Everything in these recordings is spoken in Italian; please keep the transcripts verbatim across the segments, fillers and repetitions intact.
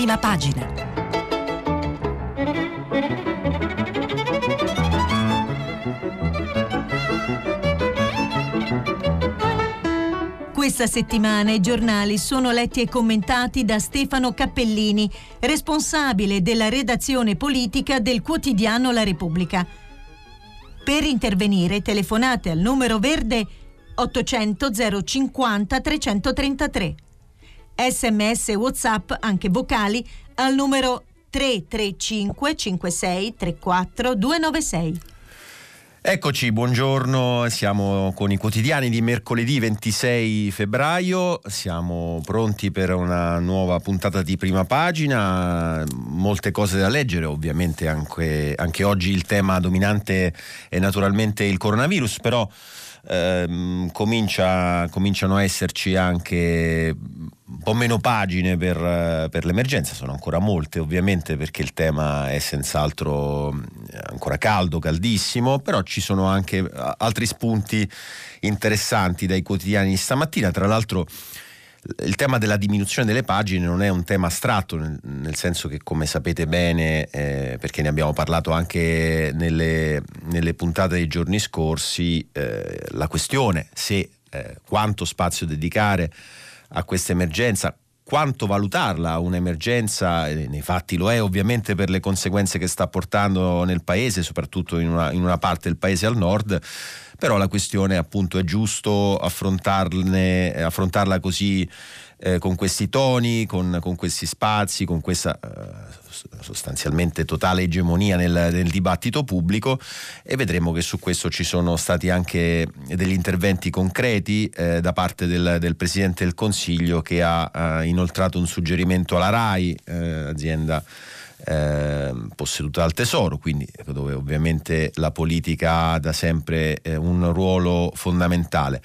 prima pagina. Questa settimana i giornali sono letti e commentati da Stefano Cappellini, responsabile della redazione politica del quotidiano La Repubblica. Per intervenire telefonate al numero verde ottocento zero cinquanta trecentotrentatré. Sms e WhatsApp, anche vocali, al numero tre tre cinque cinque sei tre quattro due nove sei. Eccoci, buongiorno, siamo con i quotidiani di mercoledì ventisei febbraio, siamo pronti per una nuova puntata di prima pagina, molte cose da leggere, ovviamente anche, anche oggi il tema dominante è naturalmente il coronavirus, però ehm, comincia, cominciano a esserci anche un po' meno pagine per, per l'emergenza, sono ancora molte ovviamente perché il tema è senz'altro ancora caldo, caldissimo, però ci sono anche altri spunti interessanti dai quotidiani di stamattina. Tra l'altro il tema della diminuzione delle pagine non è un tema astratto, nel, nel senso che, come sapete bene, eh, perché ne abbiamo parlato anche nelle, nelle puntate dei giorni scorsi, eh, la questione se eh, quanto spazio dedicare a questa emergenza, quanto valutarla un'emergenza, eh, nei fatti lo è ovviamente per le conseguenze che sta portando nel paese, soprattutto in una, in una parte del paese al nord, però la questione appunto è giusto affrontarne, affrontarla così, eh, con questi toni, con, con questi spazi, con questa eh, sostanzialmente totale egemonia nel, nel dibattito pubblico, e vedremo che su questo ci sono stati anche degli interventi concreti eh, da parte del, del Presidente del Consiglio, che ha eh, inoltrato un suggerimento alla RAI, eh, azienda eh, posseduta dal Tesoro, quindi dove ovviamente la politica ha da sempre eh, un ruolo fondamentale.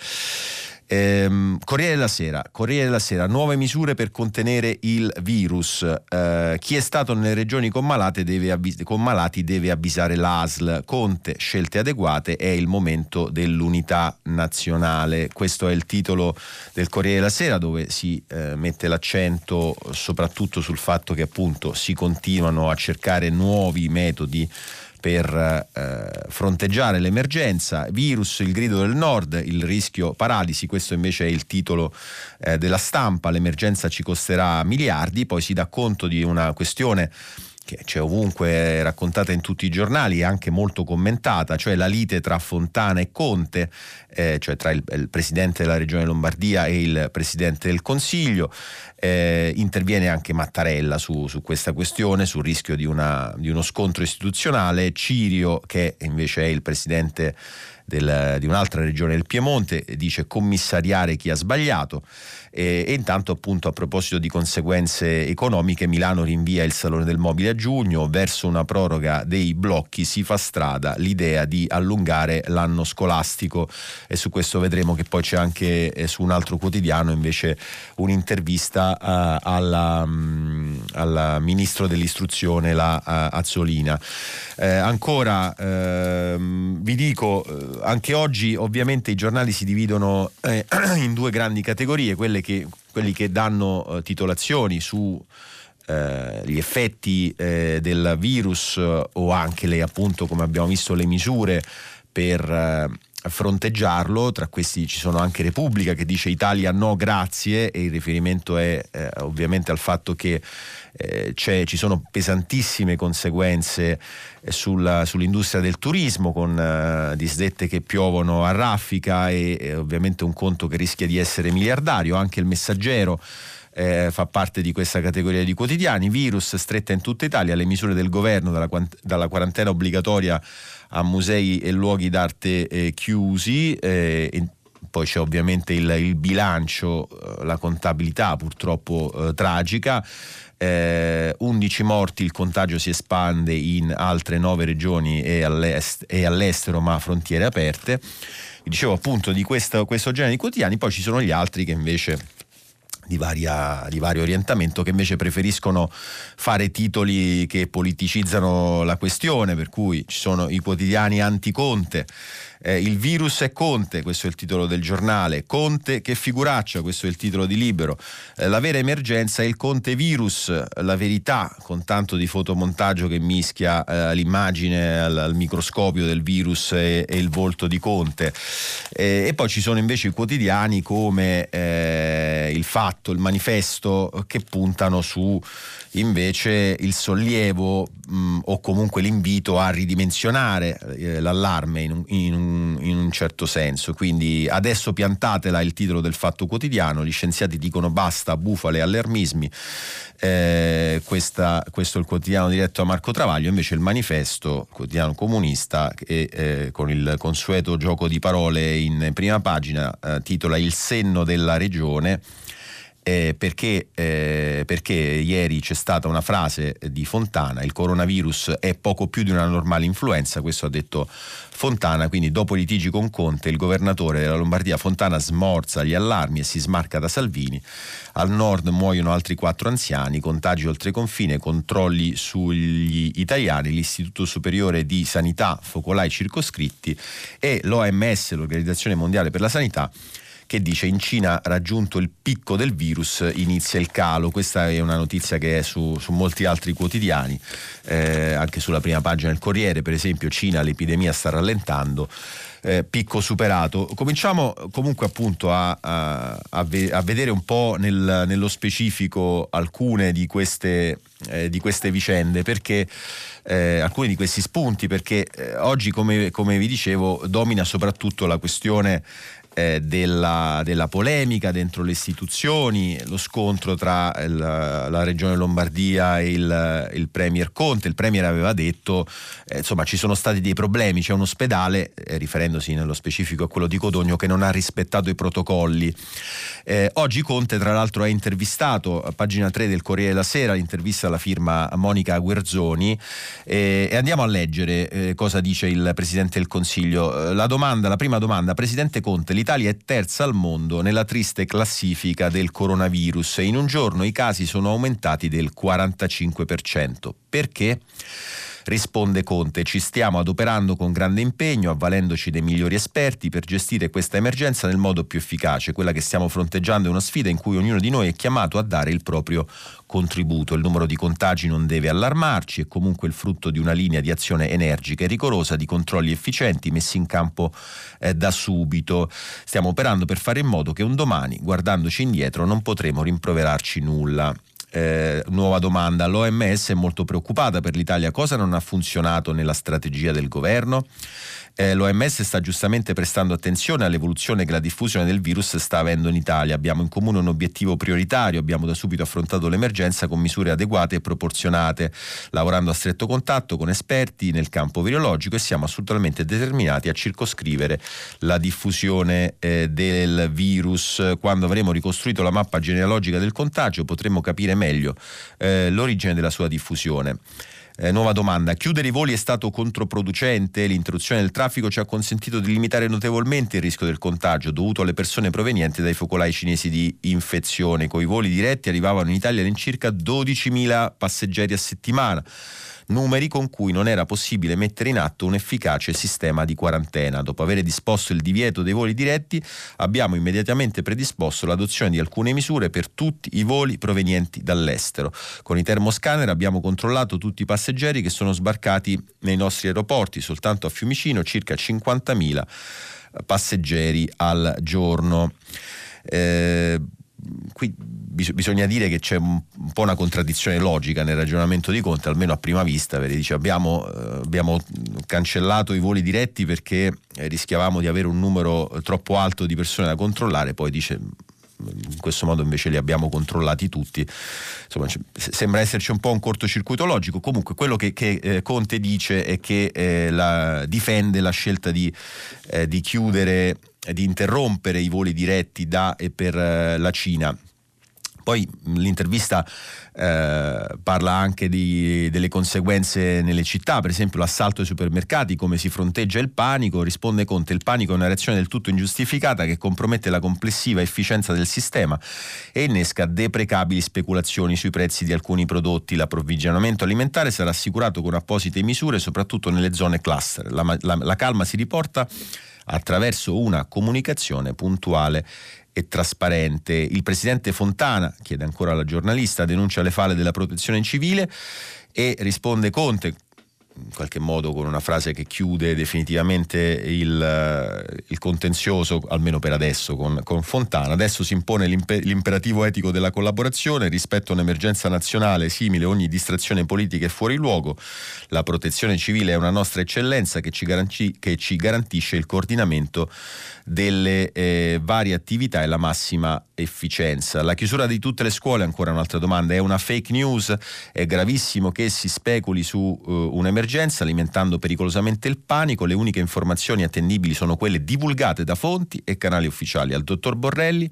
Ehm, Corriere della Sera, Corriere della Sera, nuove misure per contenere il virus. Eh, chi è stato nelle regioni con, malate deve avvis- con malati deve avvisare l'A S L. Conte, scelte adeguate, è il momento dell'unità nazionale. Questo è il titolo del Corriere della Sera, dove si eh, mette l'accento soprattutto sul fatto che appunto si continuano a cercare nuovi metodi per eh, fronteggiare l'emergenza. Virus, il grido del nord, il rischio paralisi, questo invece è il titolo eh, della Stampa, l'emergenza ci costerà miliardi. Poi si dà conto di una questione che c'è ovunque, raccontata in tutti i giornali e anche molto commentata, cioè la lite tra Fontana e Conte, eh, cioè tra il, il Presidente della Regione Lombardia e il Presidente del Consiglio. Eh, interviene anche Mattarella su, su questa questione, sul rischio di, una, di uno scontro istituzionale. Cirio, che invece è il Presidente del, di un'altra regione del Piemonte, dice commissariare chi ha sbagliato. E, e intanto appunto, a proposito di conseguenze economiche, Milano rinvia il Salone del Mobile a giugno, verso una proroga dei blocchi si fa strada l'idea di allungare l'anno scolastico, e su questo vedremo che poi c'è anche eh, su un altro quotidiano invece un'intervista uh, alla, um, alla ministro dell'istruzione, la uh, Azzolina. Eh, ancora eh, vi dico, eh, anche oggi ovviamente i giornali si dividono eh, in due grandi categorie, quelle che, quelli che danno eh, titolazioni su eh, gli effetti eh, del virus, eh, o anche le, appunto, come abbiamo visto, le misure per eh, fronteggiarlo. Tra questi ci sono anche Repubblica, che dice Italia no grazie, e il riferimento è eh, ovviamente al fatto che eh, c'è, ci sono pesantissime conseguenze eh, sulla, sull'industria del turismo, con eh, disdette che piovono a raffica e, e ovviamente un conto che rischia di essere miliardario. Anche il Messaggero Eh, fa parte di questa categoria di quotidiani. Virus, stretta in tutta Italia, le misure del governo, dalla, dalla quarantena obbligatoria a musei e luoghi d'arte eh, chiusi, eh, e poi c'è ovviamente il, il bilancio, eh, la contabilità purtroppo eh, tragica. Eh, undici morti, il contagio si espande in altre nove regioni e, all'est, e all'estero, ma frontiere aperte. Vi dicevo appunto di questo, questo genere di quotidiani. Poi ci sono gli altri che invece Di, varia, di vario orientamento, che invece preferiscono fare titoli che politicizzano la questione, per cui ci sono i quotidiani anti-Conte. Eh, il virus è Conte, questo è il titolo del giornale. Conte che figuraccia, questo è il titolo di Libero. Eh, la vera emergenza è il Conte virus, la verità, con tanto di fotomontaggio che mischia eh, l'immagine al, al microscopio del virus e, e il volto di Conte. Eh, e poi ci sono invece i quotidiani come eh, il Fatto, il Manifesto, che puntano su invece il sollievo mh, o comunque l'invito a ridimensionare eh, l'allarme in un, in, un, in un certo senso. Quindi adesso piantatela, il titolo del Fatto Quotidiano, gli scienziati dicono basta bufale e allarmismi. Eh, questa, questo è il quotidiano diretto a Marco Travaglio. Invece il Manifesto, quotidiano comunista, che eh, con il consueto gioco di parole in prima pagina eh, titola Il senno della regione. Eh, perché, eh, perché ieri c'è stata una frase di Fontana: il coronavirus è poco più di una normale influenza, questo ha detto Fontana. Quindi dopo i litigi con Conte, il governatore della Lombardia Fontana smorza gli allarmi e si smarca da Salvini. Al nord muoiono altri quattro anziani, contagi oltre confine, controlli sugli italiani, l'Istituto Superiore di Sanità, focolai circoscritti, e l'O M S, l'Organizzazione Mondiale per la Sanità, che dice in Cina raggiunto il picco del virus, inizia il calo. Questa è una notizia che è su, su molti altri quotidiani, eh, anche sulla prima pagina del Corriere, per esempio. Cina, l'epidemia sta rallentando, eh, picco superato. Cominciamo comunque appunto a, a, a, ve- a vedere un po' nel, nello specifico alcune di queste, eh, di queste vicende, perché eh, alcuni di questi spunti, perché eh, oggi, come, come vi dicevo, domina soprattutto la questione Eh, della, della polemica dentro le istituzioni, lo scontro tra il, la regione Lombardia e il, il premier Conte. Il premier aveva detto eh, insomma ci sono stati dei problemi, c'è un ospedale, eh, riferendosi nello specifico a quello di Codogno, che non ha rispettato i protocolli. Eh, oggi Conte tra l'altro ha intervistato, a pagina tre del Corriere della Sera, l'intervista alla firma Monica Guerzoni, eh, e andiamo a leggere eh, cosa dice il Presidente del Consiglio. La domanda, la prima domanda: Presidente Conte, l'Italia è terza al mondo nella triste classifica del coronavirus e in un giorno i casi sono aumentati del quarantacinque per cento. Perché? Risponde Conte: ci stiamo adoperando con grande impegno, avvalendoci dei migliori esperti per gestire questa emergenza nel modo più efficace. Quella che stiamo fronteggiando è una sfida in cui ognuno di noi è chiamato a dare il proprio contributo. Il numero di contagi non deve allarmarci, è comunque il frutto di una linea di azione energica e rigorosa, di controlli efficienti messi in campo eh, da subito. Stiamo operando per fare in modo che un domani, guardandoci indietro, non potremo rimproverarci nulla. Eh, nuova domanda: l'O M S è molto preoccupata per l'Italia, cosa non ha funzionato nella strategia del governo? Eh, L'O M S sta giustamente prestando attenzione all'evoluzione che la diffusione del virus sta avendo in Italia. Abbiamo in comune un obiettivo prioritario, abbiamo da subito affrontato l'emergenza con misure adeguate e proporzionate, lavorando a stretto contatto con esperti nel campo virologico, e siamo assolutamente determinati a circoscrivere la diffusione eh, del virus. Quando avremo ricostruito la mappa genealogica del contagio potremo capire meglio eh, l'origine della sua diffusione. Eh, nuova domanda: chiudere i voli è stato controproducente? L'interruzione del traffico ci ha consentito di limitare notevolmente il rischio del contagio dovuto alle persone provenienti dai focolai cinesi di infezione. Con i voli diretti arrivavano in Italia all'incirca dodicimila passeggeri a settimana, numeri con cui non era possibile mettere in atto un efficace sistema di quarantena. Dopo aver disposto il divieto dei voli diretti, abbiamo immediatamente predisposto l'adozione di alcune misure per tutti i voli provenienti dall'estero. Con i termoscanner abbiamo controllato tutti i passeggeri che sono sbarcati nei nostri aeroporti. Soltanto a Fiumicino circa cinquantamila passeggeri al giorno. Eh, Qui bisogna dire che c'è un po' una contraddizione logica nel ragionamento di Conte, almeno a prima vista, perché dice abbiamo, abbiamo cancellato i voli diretti perché rischiavamo di avere un numero troppo alto di persone da controllare, poi dice in questo modo invece li abbiamo controllati tutti. Insomma, sembra esserci un po' un cortocircuito logico. Comunque quello che, che eh, Conte dice è che eh, la, difende la scelta di, eh, di chiudere, di interrompere i voli diretti da e per eh, la Cina. Poi l'intervista eh, parla anche di, delle conseguenze nelle città, per esempio l'assalto ai supermercati, come si fronteggia il panico. Risponde Conte: il panico è una reazione del tutto ingiustificata che compromette la complessiva efficienza del sistema e innesca deprecabili speculazioni sui prezzi di alcuni prodotti. L'approvvigionamento alimentare sarà assicurato con apposite misure, soprattutto nelle zone cluster. La, la, la calma si riporta attraverso una comunicazione puntuale e trasparente. Il presidente Fontana, chiede ancora la giornalista, denuncia le falle della protezione civile e risponde Conte in qualche modo con una frase che chiude definitivamente il, il contenzioso, almeno per adesso, con, con Fontana. Adesso si impone l'imper- l'imperativo etico della collaborazione rispetto a un'emergenza nazionale simile. Ogni distrazione politica è fuori luogo. La protezione civile è una nostra eccellenza che ci, garanti- che ci garantisce il coordinamento delle eh, varie attività e la massima efficienza. La chiusura di tutte le scuole, ancora un'altra domanda, è una fake news? È gravissimo che si speculi su uh, un'emergenza alimentando pericolosamente il panico. Le uniche informazioni attendibili sono quelle divulgate da fonti e canali ufficiali. Al dottor Borrelli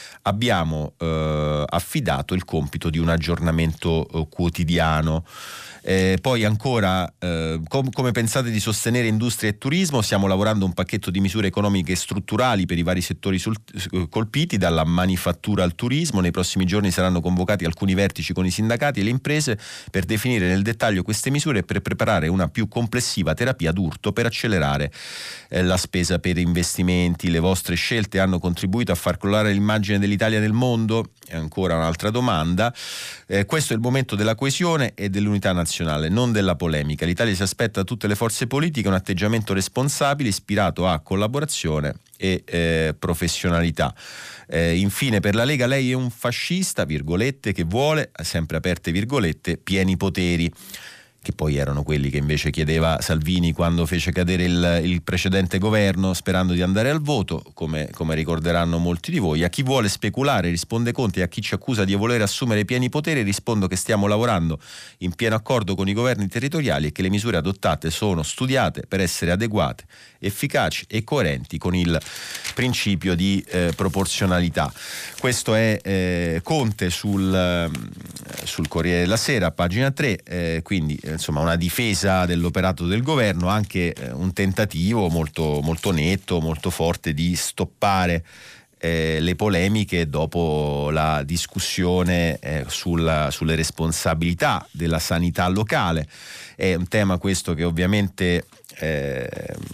abbiamo uh, affidato il compito di un aggiornamento uh, quotidiano. Eh, poi ancora eh, com- come pensate di sostenere industria e turismo? Stiamo lavorando a un pacchetto di misure economiche e strutturali per i vari settori sul- colpiti, dalla manifattura al turismo. Nei prossimi giorni saranno convocati alcuni vertici con i sindacati e le imprese per definire nel dettaglio queste misure e per preparare una più complessiva terapia d'urto per accelerare eh, la spesa per investimenti. Le vostre scelte hanno contribuito a far crollare l'immagine dell'Italia nel mondo? È ancora un'altra domanda. Eh, questo è il momento della coesione e dell'unità nazionale, non della polemica. L'Italia si aspetta da tutte le forze politiche un atteggiamento responsabile ispirato a collaborazione e eh, professionalità. Eh, infine, per la Lega lei è un fascista, virgolette, che vuole, sempre aperte virgolette, pieni poteri, che poi erano quelli che invece chiedeva Salvini quando fece cadere il, il precedente governo sperando di andare al voto, come, come ricorderanno molti di voi. A chi vuole speculare risponde Conte, e a chi ci accusa di voler assumere pieni poteri rispondo che stiamo lavorando in pieno accordo con i governi territoriali e che le misure adottate sono studiate per essere adeguate, efficaci e coerenti con il principio di eh, proporzionalità. Questo è eh, Conte sul, sul Corriere della Sera, pagina tre, eh, quindi insomma una difesa dell'operato del governo, anche eh, un tentativo molto, molto netto, molto forte di stoppare eh, le polemiche dopo la discussione eh, sulla, sulle responsabilità della sanità locale. È un tema questo che ovviamente eh,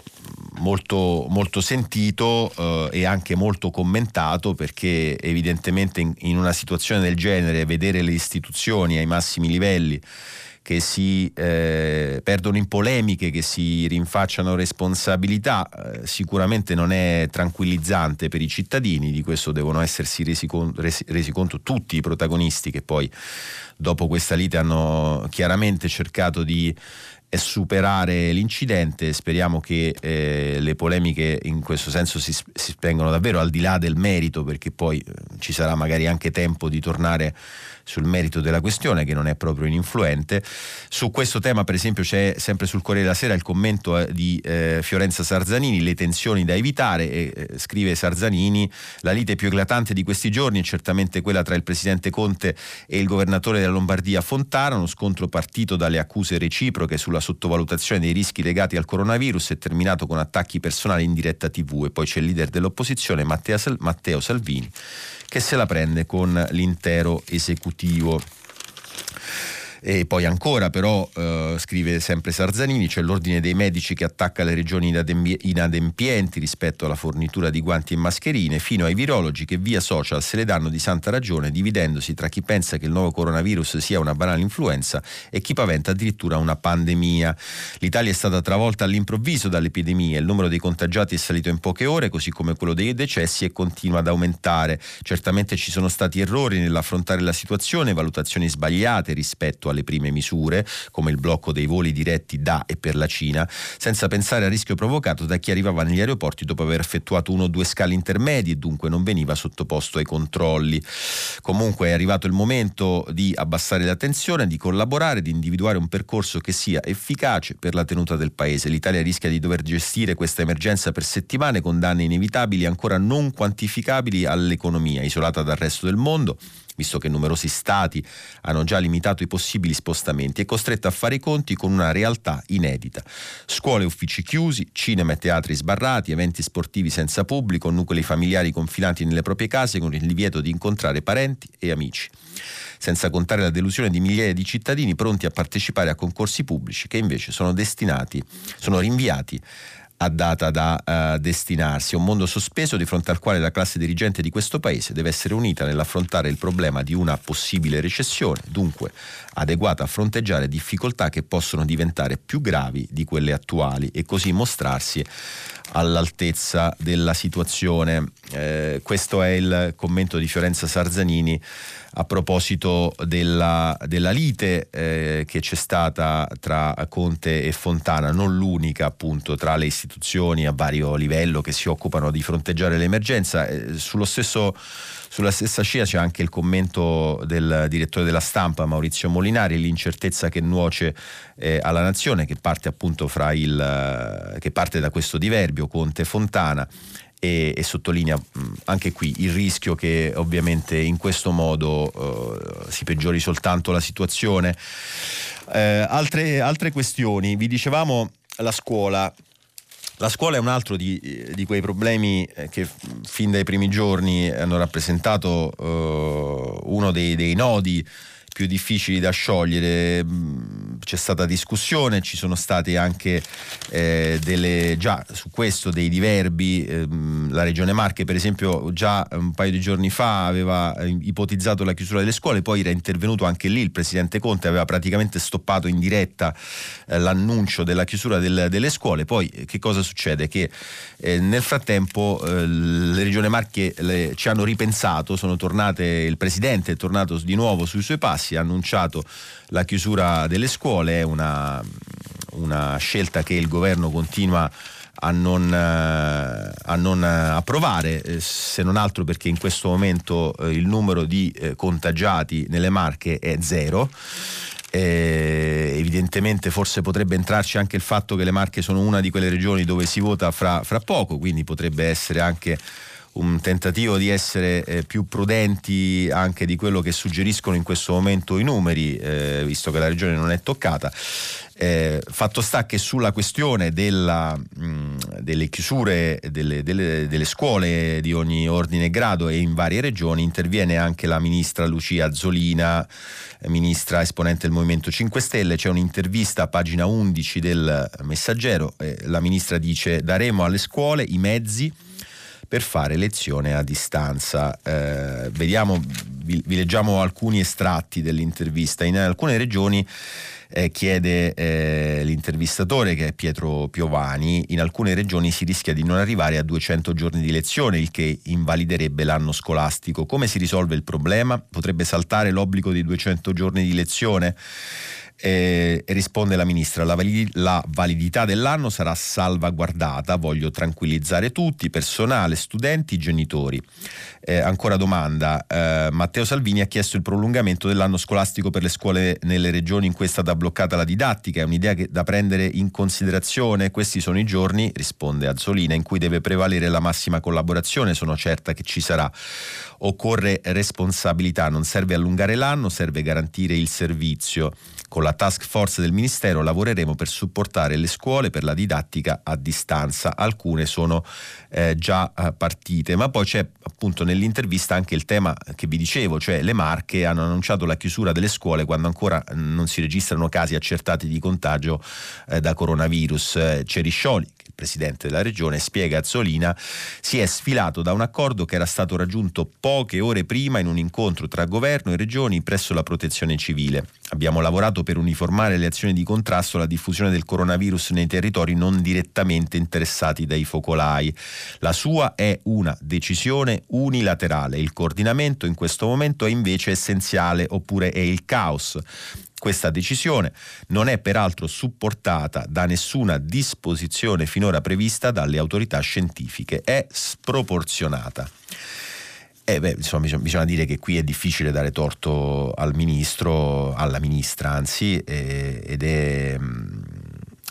molto, molto sentito eh, e anche molto commentato, perché evidentemente in, in una situazione del genere vedere le istituzioni ai massimi livelli che si eh, perdono in polemiche, che si rinfacciano responsabilità, eh, sicuramente non è tranquillizzante per i cittadini. Di questo devono essersi resi, con, resi, resi conto tutti i protagonisti, che poi dopo questa lite hanno chiaramente cercato di superare l'incidente. Speriamo che eh, le polemiche in questo senso si, si spengano davvero al di là del merito, perché poi eh, ci sarà magari anche tempo di tornare sul merito della questione, che non è proprio ininfluente. Su questo tema, per esempio, c'è sempre sul Corriere della Sera il commento eh, di eh, Fiorenza Sarzanini, le tensioni da evitare, e eh, scrive Sarzanini: la lite più eclatante di questi giorni è certamente quella tra il presidente Conte e il governatore della Lombardia Fontana, uno scontro partito dalle accuse reciproche sulla sottovalutazione dei rischi legati al coronavirus è terminato con attacchi personali in diretta tivù, e poi c'è il leader dell'opposizione Matteo, Sal- Matteo Salvini che se la prende con l'intero esecutivo. E poi ancora però, eh, scrive sempre Sarzanini, c'è l'ordine dei medici che attacca le regioni inadempienti rispetto alla fornitura di guanti e mascherine, fino ai virologi che via social se le danno di santa ragione, dividendosi tra chi pensa che il nuovo coronavirus sia una banale influenza e chi paventa addirittura una pandemia. L'Italia è stata travolta all'improvviso dall'epidemia, il numero dei contagiati è salito in poche ore, così come quello dei decessi, e continua ad aumentare. Certamente ci sono stati errori nell'affrontare la situazione, valutazioni sbagliate rispetto alle prime misure, come il blocco dei voli diretti da e per la Cina, senza pensare al rischio provocato da chi arrivava negli aeroporti dopo aver effettuato uno o due scali intermedi e dunque non veniva sottoposto ai controlli. Comunque è arrivato il momento di abbassare la tensione, di collaborare, di individuare un percorso che sia efficace per la tenuta del paese. L'Italia rischia di dover gestire questa emergenza per settimane, con danni inevitabili ancora non quantificabili all'economia, isolata dal resto del mondo, visto che numerosi stati hanno già limitato i possibili spostamenti, è costretto a fare i conti con una realtà inedita. Scuole e uffici chiusi, cinema e teatri sbarrati, eventi sportivi senza pubblico, nuclei familiari confinati nelle proprie case con il divieto di incontrare parenti e amici. Senza contare la delusione di migliaia di cittadini pronti a partecipare a concorsi pubblici che invece sono destinati, sono rinviati a data da uh, destinarsi. Un mondo sospeso di fronte al quale la classe dirigente di questo paese deve essere unita nell'affrontare il problema di una possibile recessione, dunque adeguata a fronteggiare difficoltà che possono diventare più gravi di quelle attuali e così mostrarsi all'altezza della situazione. Eh, questo è il commento di Fiorenza Sarzanini a proposito della, della lite eh, che c'è stata tra Conte e Fontana, non l'unica appunto tra le istituzioni a vario livello che si occupano di fronteggiare l'emergenza. Eh, sullo stesso Sulla stessa scia c'è anche il commento del direttore della Stampa Maurizio Molinari, l'incertezza che nuoce eh, alla nazione, che parte appunto fra il che parte da questo diverbio Conte-Fontana e, e sottolinea mh, anche qui il rischio che ovviamente in questo modo eh, si peggiori soltanto la situazione. Eh, altre, altre questioni, vi dicevamo la scuola. La scuola è un altro di, di quei problemi che fin dai primi giorni hanno rappresentato uh, uno dei, dei nodi più difficili da sciogliere. C'è stata discussione, ci sono state anche eh, delle già su questo dei diverbi. Eh, la Regione Marche per esempio già un paio di giorni fa aveva ipotizzato la chiusura delle scuole, poi era intervenuto anche lì il presidente Conte, aveva praticamente stoppato in diretta eh, l'annuncio della chiusura del, delle scuole. Poi che cosa succede? Che eh, nel frattempo eh, le Regione Marche le, ci hanno ripensato, sono tornate, il presidente è tornato di nuovo sui suoi passi, ha annunciato la chiusura delle scuole. È una, una scelta che il governo continua a non, a non approvare, se non altro perché in questo momento il numero di contagiati nelle Marche è zero. Eh, evidentemente forse potrebbe entrarci anche il fatto che le Marche sono una di quelle regioni dove si vota fra, fra poco, quindi potrebbe essere anche un tentativo di essere eh, più prudenti anche di quello che suggeriscono in questo momento i numeri, eh, visto che la regione non è toccata. Eh, fatto sta che sulla questione della, mh, delle chiusure delle, delle, delle scuole di ogni ordine e grado e in varie regioni interviene anche la ministra Lucia Azzolina, eh, ministra esponente del Movimento cinque Stelle. C'è un'intervista a pagina undici del Messaggero, eh, la ministra dice: daremo alle scuole i mezzi per fare lezione a distanza. Eh, vediamo, vi, vi leggiamo alcuni estratti dell'intervista. In alcune regioni eh, chiede eh, l'intervistatore, che è Pietro Piovani, in alcune regioni si rischia di non arrivare a duecento giorni di lezione, il che invaliderebbe l'anno scolastico. Come si risolve il problema? Potrebbe saltare l'obbligo di duecento giorni di lezione? E risponde la ministra: la, valid- la validità dell'anno sarà salvaguardata, voglio tranquillizzare tutti, personale, studenti, genitori. Eh, ancora domanda, eh, Matteo Salvini ha chiesto il prolungamento dell'anno scolastico per le scuole nelle regioni in cui è stata bloccata la didattica, è un'idea che, da prendere in considerazione? Questi sono i giorni, risponde Azzolina, in cui deve prevalere la massima collaborazione, sono certa che ci sarà. Occorre responsabilità, non serve allungare l'anno, serve garantire il servizio. Con la task force del Ministero lavoreremo per supportare le scuole per la didattica a distanza. Alcune sono eh, già eh, partite, ma poi c'è appunto nell'intervista anche il tema che vi dicevo, cioè le Marche hanno annunciato la chiusura delle scuole quando ancora non si registrano casi accertati di contagio eh, da coronavirus. Eh, Ceriscioli, il presidente della regione, spiega Azzolina, si è sfilato da un accordo che era stato raggiunto poche ore prima in un incontro tra governo e regioni presso la protezione civile. Abbiamo lavorato per uniformare le azioni di contrasto alla diffusione del coronavirus nei territori non direttamente interessati dai focolai. La sua è una decisione unilaterale. Il coordinamento in questo momento è invece essenziale, oppure è il caos. Questa decisione non è peraltro supportata da nessuna disposizione finora prevista dalle autorità scientifiche. È sproporzionata. Eh beh, insomma, bisogna, bisogna dire che qui è difficile dare torto al ministro, alla ministra anzi, eh, ed è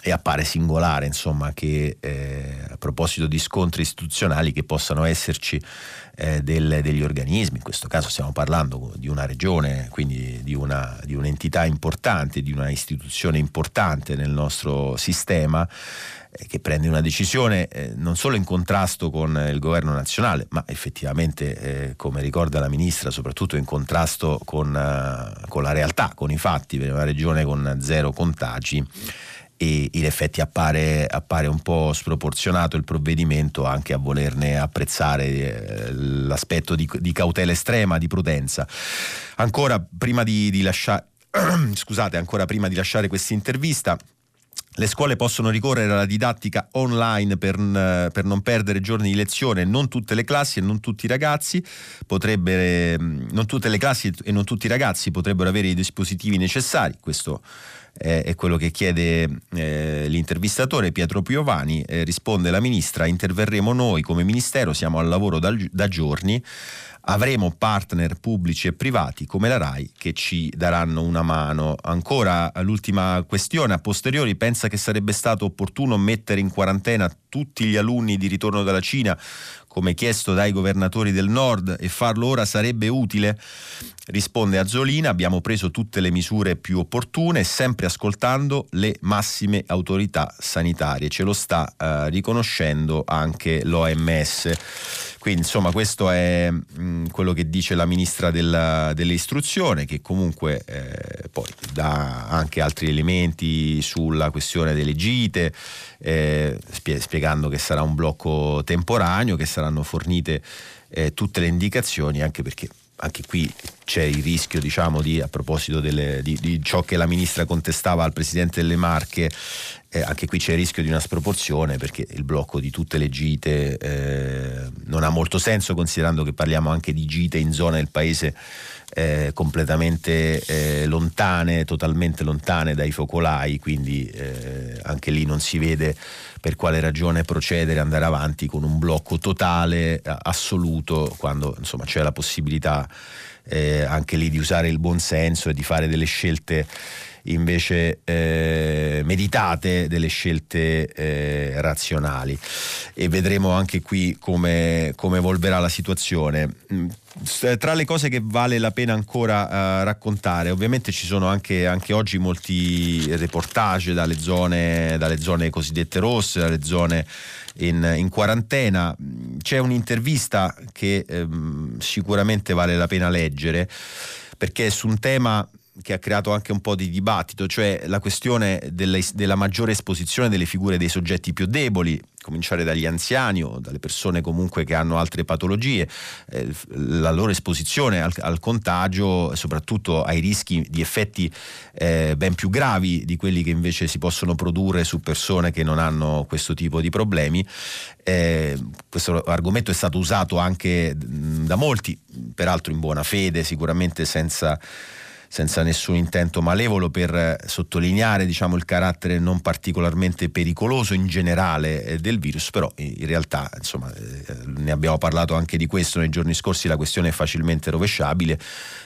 E appare singolare, insomma, che eh, a proposito di scontri istituzionali che possano esserci eh, del, degli organismi, in questo caso stiamo parlando di una regione, quindi di, una, di un'entità importante, di una istituzione importante nel nostro sistema, eh, che prende una decisione eh, non solo in contrasto con il governo nazionale, ma effettivamente, eh, come ricorda la ministra, soprattutto in contrasto con, uh, con la realtà, con i fatti, per una regione con zero contagi. E in effetti appare, appare un po' sproporzionato il provvedimento, anche a volerne apprezzare eh, l'aspetto di, di cautela estrema, di prudenza. Ancora prima di, di lasciare scusate, ancora prima di lasciare questa intervista, le scuole possono ricorrere alla didattica online per, per non perdere giorni di lezione. Non tutte le classi e non tutti i ragazzi potrebbe, non tutte le classi e non tutti i ragazzi potrebbero avere i dispositivi necessari. Questo è quello che chiede eh, l'intervistatore Pietro Piovani. Eh, risponde la ministra: interverremo noi come ministero, siamo al lavoro da, da giorni, avremo partner pubblici e privati come la RAI che ci daranno una mano. Ancora l'ultima questione: a posteriori pensa che sarebbe stato opportuno mettere in quarantena tutti gli alunni di ritorno dalla Cina come chiesto dai governatori del nord, e farlo ora sarebbe utile? Risponde Azzolina: abbiamo preso tutte le misure più opportune, sempre ascoltando le massime autorità sanitarie. Ce lo sta eh, riconoscendo anche l'O M S. Quindi insomma questo è mh, quello che dice la ministra della, dell'istruzione, che comunque eh, poi dà anche altri elementi sulla questione delle gite, eh, spie- spiegando che sarà un blocco temporaneo, che saranno fornite eh, tutte le indicazioni, anche perché anche qui c'è il rischio, diciamo, di, a proposito delle, di, di ciò che la ministra contestava al presidente delle Marche, eh, anche qui c'è il rischio di una sproporzione, perché il blocco di tutte le gite eh, non ha molto senso, considerando che parliamo anche di gite in zone del paese eh, completamente eh, lontane, totalmente lontane dai focolai, quindi eh, anche lì non si vede per quale ragione procedere, andare avanti con un blocco totale, assoluto, quando insomma c'è la possibilità eh, anche lì di usare il buon senso e di fare delle scelte invece eh, meditate, delle scelte eh, razionali. E vedremo anche qui come, come evolverà la situazione. Tra le cose che vale la pena ancora uh, raccontare, ovviamente ci sono anche, anche oggi molti reportage dalle zone, dalle zone cosiddette rosse, dalle zone in, in quarantena. C'è un'intervista che ehm, sicuramente vale la pena leggere, perché è su un tema che ha creato anche un po' di dibattito, cioè la questione della, della maggiore esposizione delle figure dei soggetti più deboli, cominciare dagli anziani o dalle persone comunque che hanno altre patologie, eh, la loro esposizione al, al contagio e soprattutto ai rischi di effetti eh, ben più gravi di quelli che invece si possono produrre su persone che non hanno questo tipo di problemi. Eh, questo argomento è stato usato anche da molti, peraltro in buona fede, sicuramente senza senza nessun intento malevolo, per sottolineare, diciamo, il carattere non particolarmente pericoloso in generale eh, del virus. Però in realtà, insomma, eh, ne abbiamo parlato anche di questo nei giorni scorsi, la questione è facilmente rovesciabile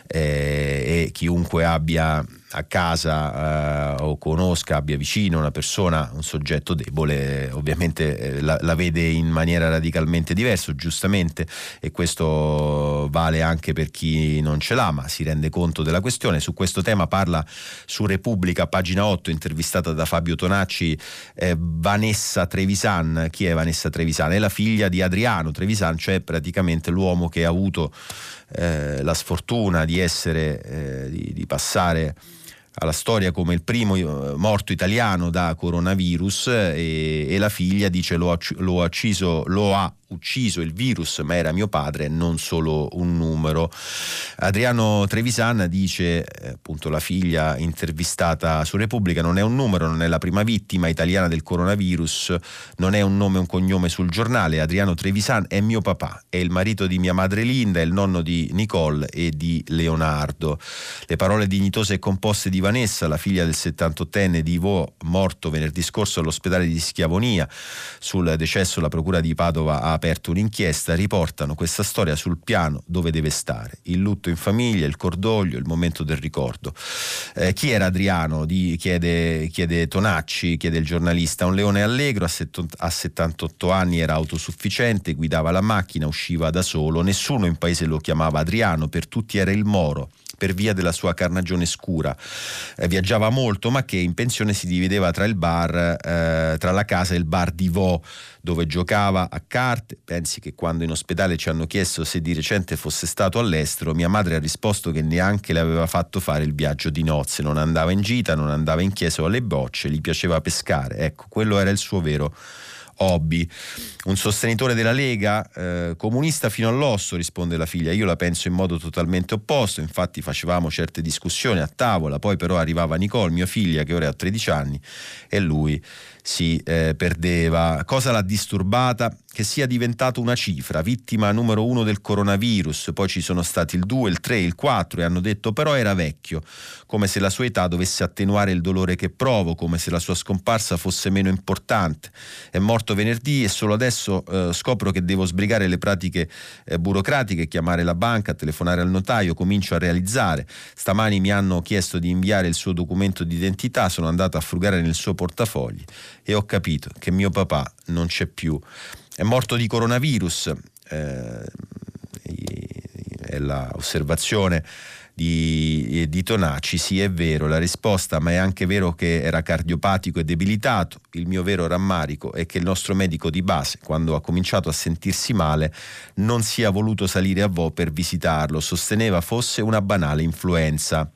eh, e chiunque abbia a casa eh, o conosca, abbia vicino una persona, un soggetto debole, ovviamente eh, la, la vede in maniera radicalmente diversa, giustamente, e questo vale anche per chi non ce l'ha, ma si rende conto della questione. Su questo tema parla su Repubblica, pagina otto, intervistata da Fabio Tonacci, eh, Vanessa Trevisan. Chi è Vanessa Trevisan? È la figlia di Adriano Trevisan, cioè praticamente l'uomo che ha avuto eh, la sfortuna di essere, eh, di, di passare alla storia come il primo morto italiano da coronavirus, e, e la figlia dice: lo ha, lo ha ucciso, lo ha ucciso il virus, ma era mio padre, non solo un numero. Adriano Trevisan dice, appunto, la figlia intervistata su Repubblica: non è un numero, non è la prima vittima italiana del coronavirus, non è un nome e un cognome sul giornale. Adriano Trevisan è mio papà, è il marito di mia madre Linda, è il nonno di Nicole e di Leonardo. Le parole dignitose e composte di Vanessa, la figlia del settantottenne di Ivò, morto venerdì scorso all'ospedale di Schiavonia. Sul decesso la procura di Padova ha aperto un'inchiesta, riportano questa storia sul piano dove deve stare, il lutto in famiglia, il cordoglio, il momento del ricordo. Eh, chi era Adriano? Di, chiede, chiede Tonacci, chiede il giornalista. Un leone allegro, a, set, a settantotto anni era autosufficiente, guidava la macchina, usciva da solo, nessuno in paese lo chiamava Adriano, per tutti era il Moro, per via della sua carnagione scura. Eh, viaggiava molto, ma che in pensione si divideva tra il bar, eh, tra la casa e il bar di Vo, dove giocava a carte. Pensi che quando in ospedale ci hanno chiesto se di recente fosse stato all'estero, mia madre ha risposto che neanche le aveva fatto fare il viaggio di nozze, non andava in gita, non andava in chiesa o alle bocce, gli piaceva pescare. Ecco, quello era il suo vero hobby. Un sostenitore della Lega, eh, comunista fino all'osso, risponde la figlia. Io la penso in modo totalmente opposto, infatti facevamo certe discussioni a tavola, poi però arrivava Nicole, mia figlia, che ora ha tredici anni, e lui si eh, perdeva. Cosa l'ha disturbata? Che sia diventato una cifra, vittima numero uno del coronavirus, poi ci sono stati il due, il tre, il quattro e hanno detto però era vecchio, come se la sua età dovesse attenuare il dolore che provo, come se la sua scomparsa fosse meno importante. È morto venerdì e solo adesso eh, scopro che devo sbrigare le pratiche eh, burocratiche, chiamare la banca, telefonare al notaio, comincio a realizzare. Stamani mi hanno chiesto di inviare il suo documento di identità, sono andato a frugare nel suo portafogli e ho capito che mio papà non c'è più. È morto di coronavirus, eh, è l'osservazione di, di Tonacci. Sì, è vero la risposta, ma è anche vero che era cardiopatico e debilitato. Il mio vero rammarico è che il nostro medico di base, quando ha cominciato a sentirsi male, non sia voluto salire a Vo per visitarlo, sosteneva fosse una banale influenza.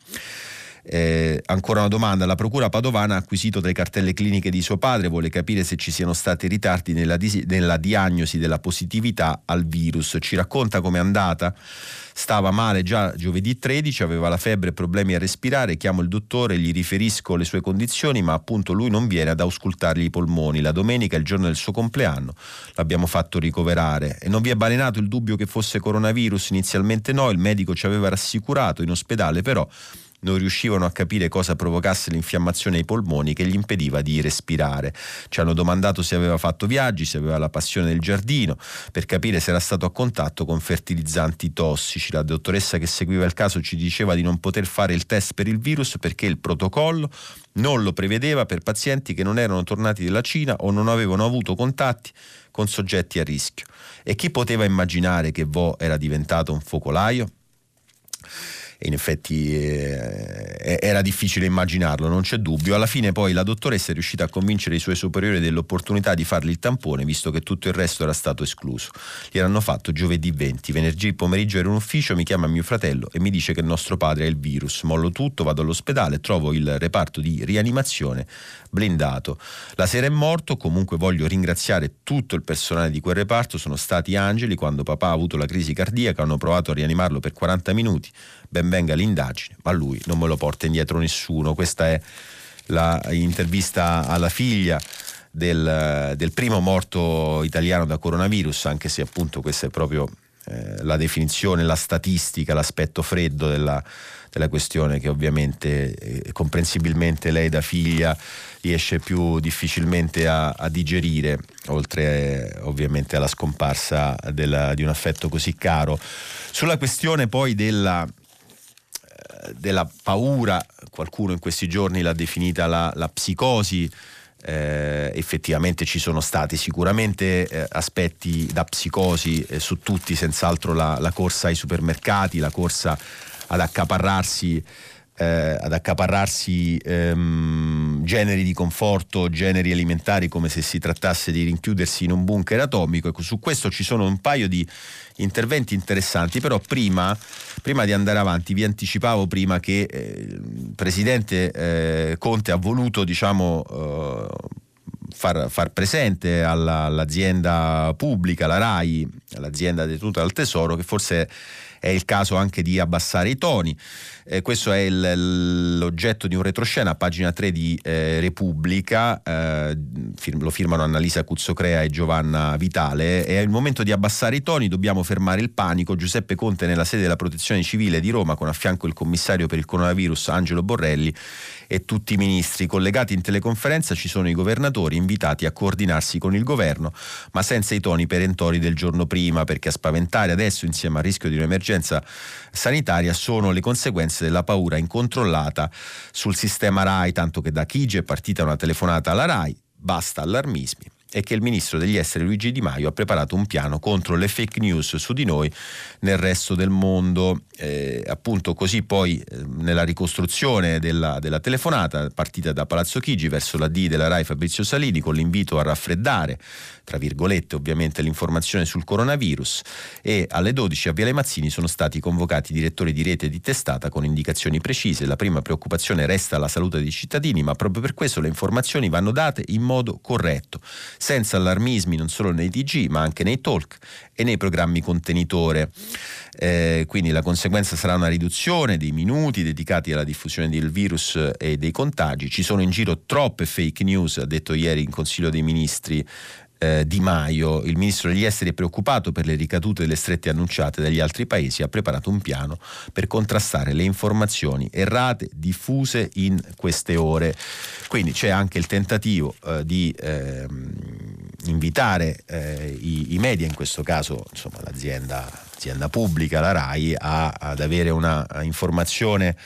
Eh, ancora una domanda. La procura padovana ha acquisito le cartelle cliniche di suo padre, vuole capire se ci siano stati ritardi nella, di- nella diagnosi della positività al virus. Ci racconta com'è andata? Stava male già giovedì tredici, aveva la febbre e problemi a respirare, chiamo il dottore, gli riferisco le sue condizioni, ma appunto lui non viene ad auscultargli i polmoni. La domenica, il giorno del suo compleanno, l'abbiamo fatto ricoverare. E non vi è balenato il dubbio che fosse coronavirus? Inizialmente no, il medico ci aveva rassicurato, in ospedale però non riuscivano a capire cosa provocasse l'infiammazione ai polmoni che gli impediva di respirare. Ci hanno domandato se aveva fatto viaggi, se aveva la passione del giardino, per capire se era stato a contatto con fertilizzanti tossici. La dottoressa che seguiva il caso ci diceva di non poter fare il test per il virus perché il protocollo non lo prevedeva per pazienti che non erano tornati dalla Cina o non avevano avuto contatti con soggetti a rischio. E chi poteva immaginare che Vo era diventato un focolaio? E in effetti eh, era difficile immaginarlo, non c'è dubbio. Alla fine poi la dottoressa è riuscita a convincere i suoi superiori dell'opportunità di fargli il tampone, visto che tutto il resto era stato escluso. Gliel'hanno fatto giovedì venti, venerdì pomeriggio ero in ufficio, mi chiama mio fratello e mi dice che il nostro padre ha il virus. Mollo tutto, vado all'ospedale, trovo il reparto di rianimazione blindato. La sera è morto. Comunque voglio ringraziare tutto il personale di quel reparto, sono stati angeli. Quando papà ha avuto la crisi cardiaca hanno provato a rianimarlo per quaranta minuti, ben venga l'indagine, ma lui non me lo porta indietro nessuno. Questa è la intervista alla figlia del, del primo morto italiano da coronavirus, anche se appunto questa è proprio eh, la definizione, la statistica, l'aspetto freddo della, della questione che ovviamente eh, comprensibilmente lei da figlia riesce più difficilmente a, a digerire, oltre eh, ovviamente alla scomparsa della, di un affetto così caro. Sulla questione poi della della paura, qualcuno in questi giorni l'ha definita la, la psicosi, eh, effettivamente ci sono stati sicuramente eh, aspetti da psicosi eh, su tutti, senz'altro la, la corsa ai supermercati, la corsa ad accaparrarsi eh, ad accaparrarsi ehm, generi di conforto, generi alimentari, come se si trattasse di rinchiudersi in un bunker atomico. Ecco, su questo ci sono un paio di interventi interessanti, però prima, prima di andare avanti vi anticipavo prima che eh, il presidente eh, Conte ha voluto diciamo eh, far, far presente alla, all'azienda pubblica, la RAI, l'azienda detenuta dal Tesoro, che forse è il caso anche di abbassare i toni. Eh, questo è il, l'oggetto di un retroscena a pagina tre di eh, Repubblica, eh, fir- lo firmano Annalisa Cuzzocrea e Giovanna Vitale. È il momento di abbassare i toni, dobbiamo fermare il panico. Giuseppe Conte nella sede della Protezione Civile di Roma, con a fianco il commissario per il coronavirus Angelo Borrelli e tutti i ministri. Collegati in teleconferenza ci sono i governatori invitati a coordinarsi con il governo, ma senza i toni perentori del giorno prima, perché a spaventare adesso, insieme al rischio di un'emergenza sanitaria, sono le conseguenze della paura incontrollata sul sistema RAI, tanto che da Chigi è partita una telefonata alla RAI, basta allarmismi, e che il ministro degli esteri Luigi Di Maio ha preparato un piano contro le fake news su di noi nel resto del mondo. Eh, appunto così poi eh, nella ricostruzione della, della telefonata partita da Palazzo Chigi verso la D della RAI Fabrizio Salini, con l'invito a raffreddare, tra virgolette ovviamente, l'informazione sul coronavirus, e alle dodici a Viale Mazzini sono stati convocati i direttori di rete e di testata con indicazioni precise. La prima preoccupazione resta la salute dei cittadini, ma proprio per questo le informazioni vanno date in modo corretto, senza allarmismi, non solo nei T G ma anche nei talk e nei programmi contenitore. Eh, quindi la conseguenza sarà una riduzione dei minuti dedicati alla diffusione del virus e dei contagi. Ci sono in giro troppe fake news, ha detto ieri in Consiglio dei Ministri eh, Di Maio. Il ministro degli esteri è preoccupato per le ricadute delle strette annunciate dagli altri paesi, ha preparato un piano per contrastare le informazioni errate diffuse in queste ore. Quindi c'è anche il tentativo eh, di eh, invitare eh, i, i media, in questo caso insomma l'azienda azienda pubblica, la RAI, a, ad avere una informazione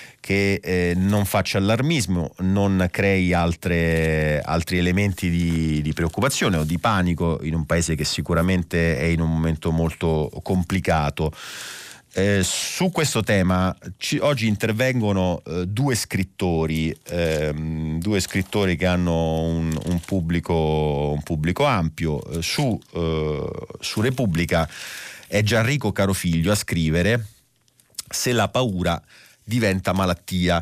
che eh, non faccia allarmismo, non crei altre, altri elementi di, di preoccupazione o di panico in un paese che sicuramente è in un momento molto complicato. Eh, su questo tema ci, oggi intervengono eh, due scrittori, ehm, due scrittori che hanno un, un, pubblico, un pubblico ampio. Eh, su, eh, su Repubblica è Gianrico Carofiglio a scrivere "Se la paura diventa malattia",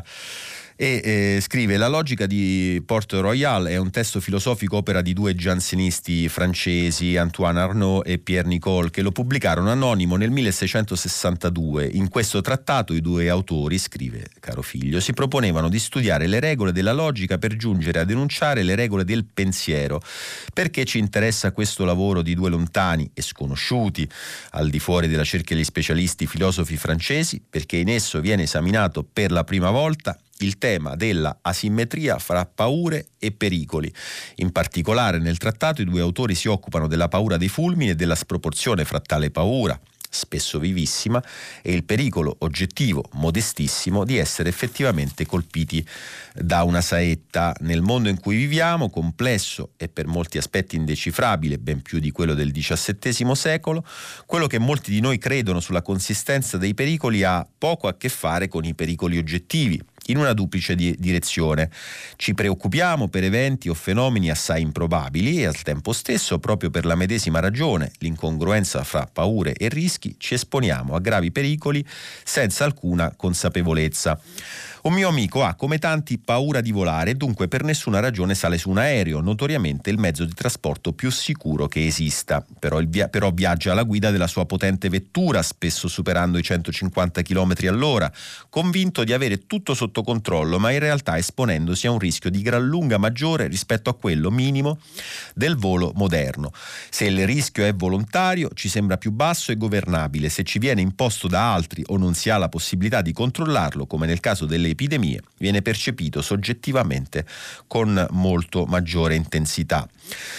e eh, scrive: "La logica di Port Royal è un testo filosofico opera di due giansenisti francesi, Antoine Arnaud e Pierre Nicole, che lo pubblicarono anonimo nel milleseicentosessantadue. In questo trattato i due autori", scrive Carofiglio, "si proponevano di studiare le regole della logica per giungere a denunciare le regole del pensiero. Perché ci interessa questo lavoro di due lontani e sconosciuti, al di fuori della cerchia degli specialisti filosofi francesi? Perché in esso viene esaminato per la prima volta il tema della asimmetria fra paure e pericoli. In particolare nel trattato i due autori si occupano della paura dei fulmini e della sproporzione fra tale paura, spesso vivissima, e il pericolo oggettivo, modestissimo, di essere effettivamente colpiti da una saetta. Nel mondo in cui viviamo, complesso e per molti aspetti indecifrabile, ben più di quello del diciassettesimo secolo, quello che molti di noi credono sulla consistenza dei pericoli ha poco a che fare con i pericoli oggettivi, in una duplice di- direzione. Ci preoccupiamo per eventi o fenomeni assai improbabili e al tempo stesso, proprio per la medesima ragione, l'incongruenza fra paure e rischi, ci esponiamo a gravi pericoli senza alcuna consapevolezza. Un mio amico ha, come tanti, paura di volare e dunque per nessuna ragione sale su un aereo, notoriamente il mezzo di trasporto più sicuro che esista. Però, il via- però viaggia alla guida della sua potente vettura, spesso superando i centocinquanta chilometri all'ora, convinto di avere tutto sotto controllo, ma in realtà esponendosi a un rischio di gran lunga maggiore rispetto a quello minimo del volo moderno. Se il rischio è volontario, ci sembra più basso e governabile. Se ci viene imposto da altri o non si ha la possibilità di controllarlo, come nel caso delle epidemie, viene percepito soggettivamente con molto maggiore intensità.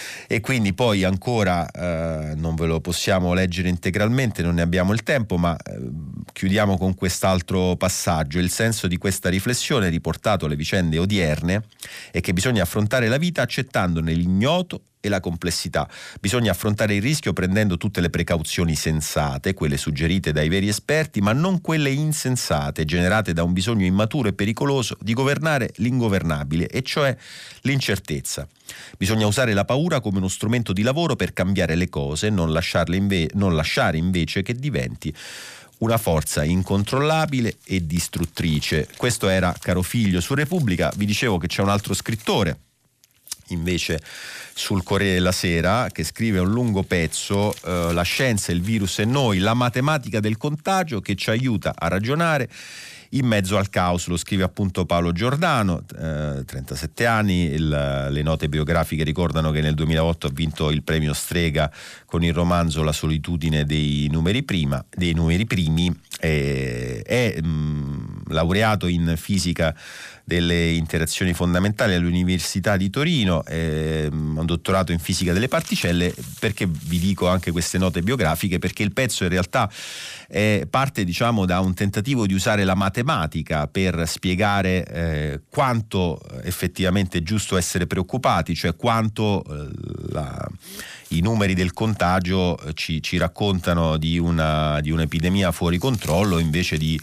E quindi poi ancora, eh, non ve lo possiamo leggere integralmente, non ne abbiamo il tempo, ma eh, chiudiamo con quest'altro passaggio. Il senso di questa riflessione, riportato alle vicende odierne, è che bisogna affrontare la vita accettandone l'ignoto e la complessità. Bisogna affrontare il rischio prendendo tutte le precauzioni sensate, quelle suggerite dai veri esperti, ma non quelle insensate, generate da un bisogno immaturo e pericoloso di governare l'ingovernabile, e cioè l'incertezza. Bisogna usare la paura come uno strumento di lavoro per cambiare le cose, non lasciarle inve- non lasciare invece che diventi una forza incontrollabile e distruttrice. Questo era Carofiglio su Repubblica. Vi dicevo che c'è un altro scrittore invece sul Corriere della Sera, che scrive un lungo pezzo, eh, la scienza, il virus e noi, la matematica del contagio che ci aiuta a ragionare in mezzo al caos. Lo scrive appunto Paolo Giordano, eh, trentasette anni, il, le note biografiche ricordano che nel duemilaotto ha vinto il premio Strega con il romanzo La solitudine dei numeri, prima, dei numeri primi, eh, è mh, laureato in fisica delle interazioni fondamentali all'Università di Torino, eh, un dottorato in fisica delle particelle. Perché vi dico anche queste note biografiche? Perché il pezzo in realtà eh, parte diciamo da un tentativo di usare la matematica per spiegare eh, quanto effettivamente è giusto essere preoccupati, cioè quanto eh, la, i numeri del contagio ci, ci raccontano di, una, di un'epidemia fuori controllo, invece di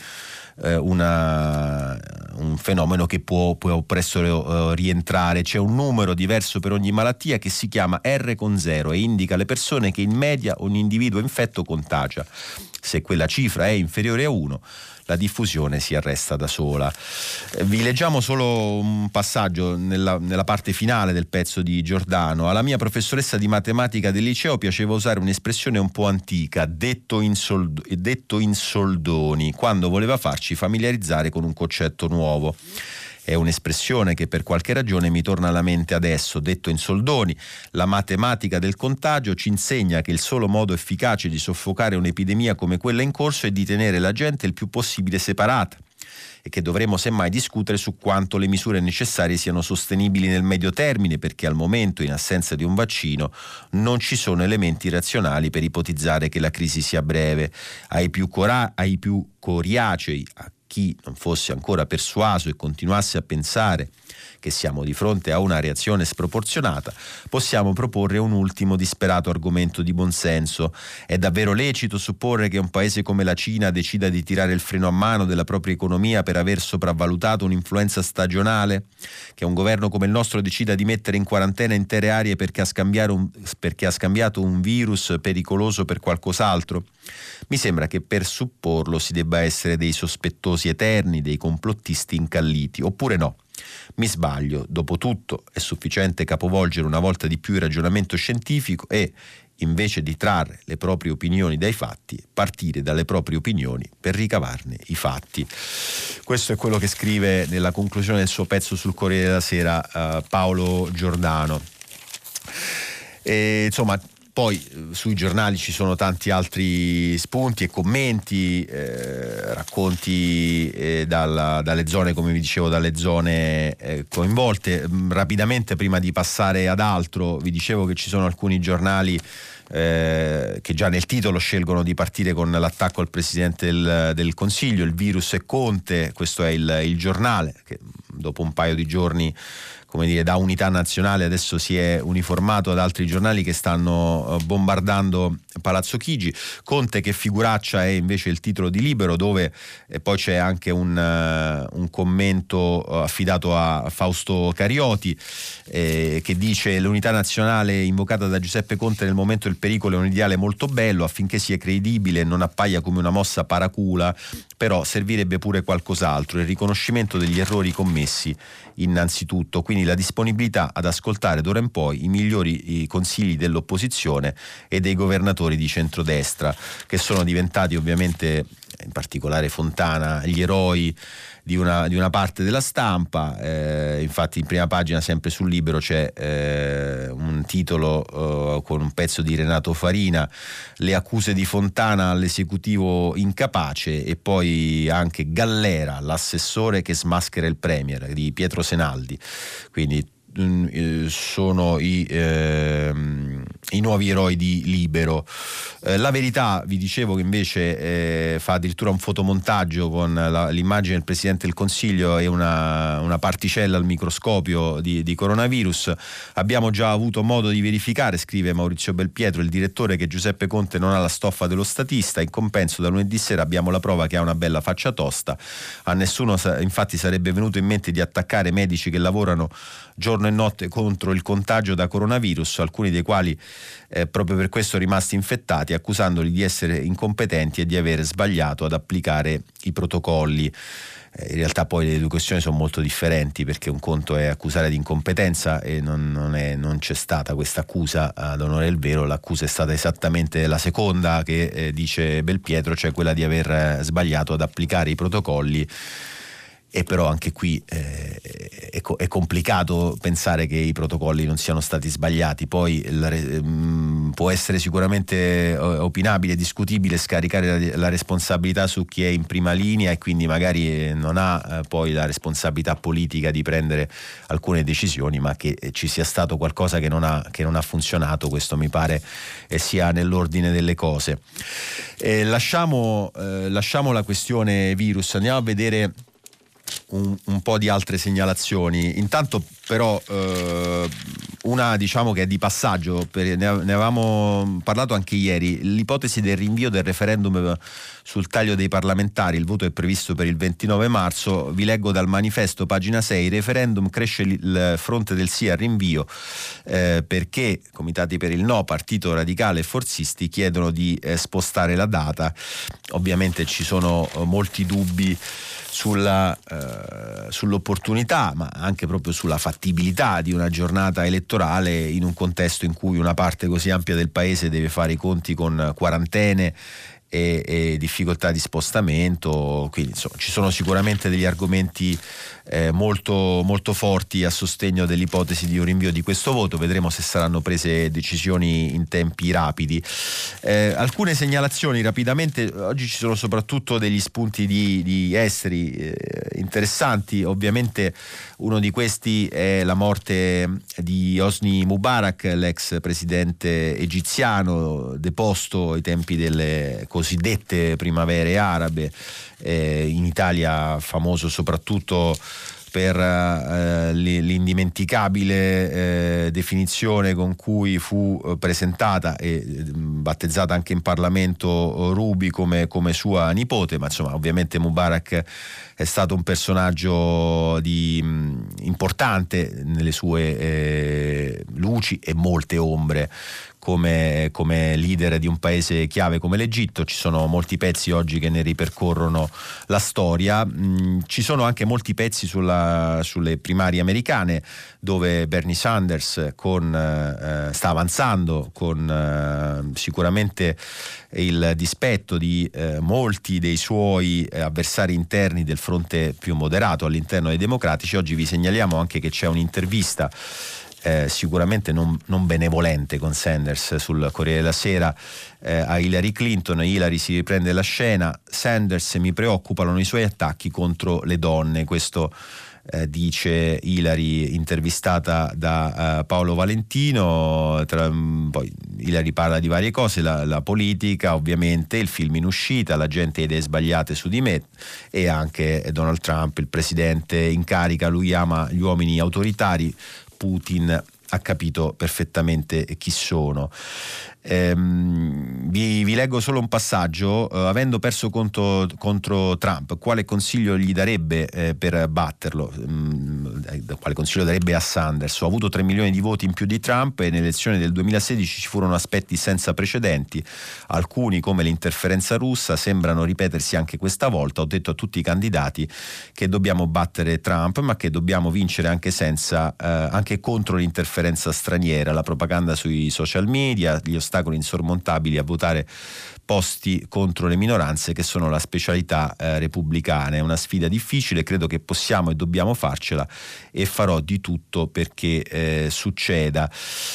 Una, un fenomeno che può, può presto uh, rientrare. C'è un numero diverso per ogni malattia che si chiama R con zero e indica le persone che in media un individuo infetto contagia. Se quella cifra è inferiore a uno, la diffusione si arresta da sola. Vi leggiamo solo un passaggio nella, nella parte finale del pezzo di Giordano. Alla mia professoressa di matematica del liceo piaceva usare un'espressione un po' antica, detto in, sold- detto in soldoni, quando voleva farci familiarizzare con un concetto nuovo. È un'espressione che per qualche ragione mi torna alla mente adesso. Detto in soldoni, la matematica del contagio ci insegna che il solo modo efficace di soffocare un'epidemia come quella in corso è di tenere la gente il più possibile separata, e che dovremo semmai discutere su quanto le misure necessarie siano sostenibili nel medio termine, perché al momento, in assenza di un vaccino, non ci sono elementi razionali per ipotizzare che la crisi sia breve. Ai più, cora- ai più coriacei, a chi non fosse ancora persuaso e continuasse a pensare che siamo di fronte a una reazione sproporzionata, possiamo proporre un ultimo disperato argomento di buonsenso. È davvero lecito supporre che un paese come la Cina decida di tirare il freno a mano della propria economia per aver sopravvalutato un'influenza stagionale? Che un governo come il nostro decida di mettere in quarantena intere aree perché ha scambiato un, perché ha scambiato un virus pericoloso per qualcos'altro? Mi sembra che per supporlo si debba essere dei sospettosi eterni, dei complottisti incalliti, oppure no? Mi sbaglio, dopo tutto è sufficiente capovolgere una volta di più il ragionamento scientifico e, invece di trarre le proprie opinioni dai fatti, partire dalle proprie opinioni per ricavarne i fatti. Questo è quello che scrive nella conclusione del suo pezzo sul Corriere della Sera uh, Paolo Giordano. E, insomma, poi sui giornali ci sono tanti altri spunti e commenti, eh, racconti eh, dalla, dalle zone, come vi dicevo, dalle zone eh, coinvolte. Rapidamente, prima di passare ad altro, vi dicevo che ci sono alcuni giornali eh, che già nel titolo scelgono di partire con l'attacco al Presidente del, del Consiglio. Il virus è Conte, questo è il, il giornale che dopo un paio di giorni, come dire, da Unità Nazionale adesso si è uniformato ad altri giornali che stanno bombardando Palazzo Chigi. Conte che figuraccia è invece il titolo di Libero, dove eh, poi c'è anche un, uh, un commento affidato a Fausto Carioti eh, che dice: l'Unità Nazionale invocata da Giuseppe Conte nel momento del pericolo è un ideale molto bello, affinché sia credibile e non appaia come una mossa paracula, però servirebbe pure qualcos'altro, il riconoscimento degli errori commessi innanzitutto, quindi la disponibilità ad ascoltare d'ora in poi i migliori i consigli dell'opposizione e dei governatori di centrodestra, che sono diventati ovviamente, in particolare Fontana, gli eroi di una, di una parte della stampa. Eh, infatti in prima pagina, sempre sul Libero, c'è eh, un titolo eh, con un pezzo di Renato Farina: le accuse di Fontana all'esecutivo incapace, e poi anche Gallera, l'assessore che smaschera il premier, di Pietro Senaldi. Quindi sono i, eh, i nuovi eroi di Libero. Eh, la Verità, vi dicevo, che invece eh, fa addirittura un fotomontaggio con la, l'immagine del Presidente del Consiglio e una, una particella al microscopio di, di coronavirus. Abbiamo già avuto modo di verificare, scrive Maurizio Belpietro, il direttore, che Giuseppe Conte non ha la stoffa dello statista. In compenso, da lunedì sera abbiamo la prova che ha una bella faccia tosta. A nessuno infatti sarebbe venuto in mente di attaccare medici che lavorano giorno e notte contro il contagio da coronavirus, alcuni dei quali eh, proprio per questo rimasti infettati, accusandoli di essere incompetenti e di aver sbagliato ad applicare i protocolli. Eh, in realtà poi le due questioni sono molto differenti, perché un conto è accusare di incompetenza e non, non, è, non c'è stata questa accusa, ad onore del vero. L'accusa è stata esattamente la seconda che eh, dice Belpietro, cioè quella di aver sbagliato ad applicare i protocolli. E però anche qui eh, è, è complicato pensare che i protocolli non siano stati sbagliati. Poi la, mh, può essere sicuramente opinabile, discutibile scaricare la, la responsabilità su chi è in prima linea e quindi magari non ha eh, poi la responsabilità politica di prendere alcune decisioni, ma che ci sia stato qualcosa che non ha, che non ha funzionato, questo mi pare eh, sia nell'ordine delle cose. Eh, lasciamo, eh, lasciamo la questione virus, andiamo a vedere Un, un po' di altre segnalazioni. Intanto però eh, una diciamo che è di passaggio, per, ne, ne avevamo parlato anche ieri, l'ipotesi del rinvio del referendum sul taglio dei parlamentari. Il voto è previsto per il ventinove marzo. Vi leggo dal manifesto, pagina sei: referendum, cresce il fronte del sì al rinvio eh, perché comitati per il no, Partito Radicale e forzisti chiedono di eh, spostare la data. Ovviamente ci sono eh, molti dubbi Sulla, eh, sull'opportunità, ma anche proprio sulla fattibilità di una giornata elettorale in un contesto in cui una parte così ampia del paese deve fare i conti con quarantene e, e difficoltà di spostamento. Quindi insomma, ci sono sicuramente degli argomenti eh, molto, molto forti a sostegno dell'ipotesi di un rinvio di questo voto. Vedremo se saranno prese decisioni in tempi rapidi. Eh, alcune segnalazioni rapidamente. Oggi ci sono soprattutto degli spunti di, di esteri eh, interessanti. Ovviamente uno di questi è la morte di Hosni Mubarak, l'ex presidente egiziano, deposto ai tempi delle cosiddette primavere arabe, eh, in Italia famoso soprattutto per eh, l'indimenticabile eh, definizione con cui fu eh, presentata e eh, battezzata anche in Parlamento Ruby come, come sua nipote. Ma insomma, ovviamente Mubarak è stato un personaggio di, mh, importante nelle sue eh, luci e molte ombre come, come leader di un paese chiave come l'Egitto. Ci sono molti pezzi oggi che ne ripercorrono la storia. Mm, ci sono anche molti pezzi sulla, sulle primarie americane, dove Bernie Sanders con, eh, sta avanzando con eh, sicuramente il dispetto di eh, molti dei suoi eh, avversari interni del fronte più moderato all'interno dei democratici. Oggi vi segnaliamo anche che c'è un'intervista Eh, sicuramente non, non benevolente con Sanders sul Corriere della Sera eh, a Hillary Clinton. Hillary si riprende la scena: Sanders, mi preoccupano i suoi attacchi contro le donne. Questo eh, dice Hillary, intervistata da uh, Paolo Valentino. Tra, poi Hillary parla di varie cose, la, la politica ovviamente, il film in uscita, la gente ha idee sbagliate su di me, e anche Donald Trump, il presidente in carica, lui ama gli uomini autoritari, Putin ha capito perfettamente chi sono. Ehm, vi, vi leggo solo un passaggio. Eh, avendo perso contro, contro Trump, quale consiglio gli darebbe eh, per batterlo? Mm, eh, quale consiglio darebbe a Sanders? Ho avuto tre milioni di voti in più di Trump e nelle elezioni del duemilasedici ci furono aspetti senza precedenti, alcuni come l'interferenza russa sembrano ripetersi anche questa volta. Ho detto a tutti i candidati che dobbiamo battere Trump, ma che dobbiamo vincere anche senza eh, anche contro l'interferenza straniera, la propaganda sui social media, gli ostacoli insormontabili a votare posti contro le minoranze, che sono la specialità eh, repubblicana. È una sfida difficile, credo che possiamo e dobbiamo farcela e farò di tutto perché eh, succeda.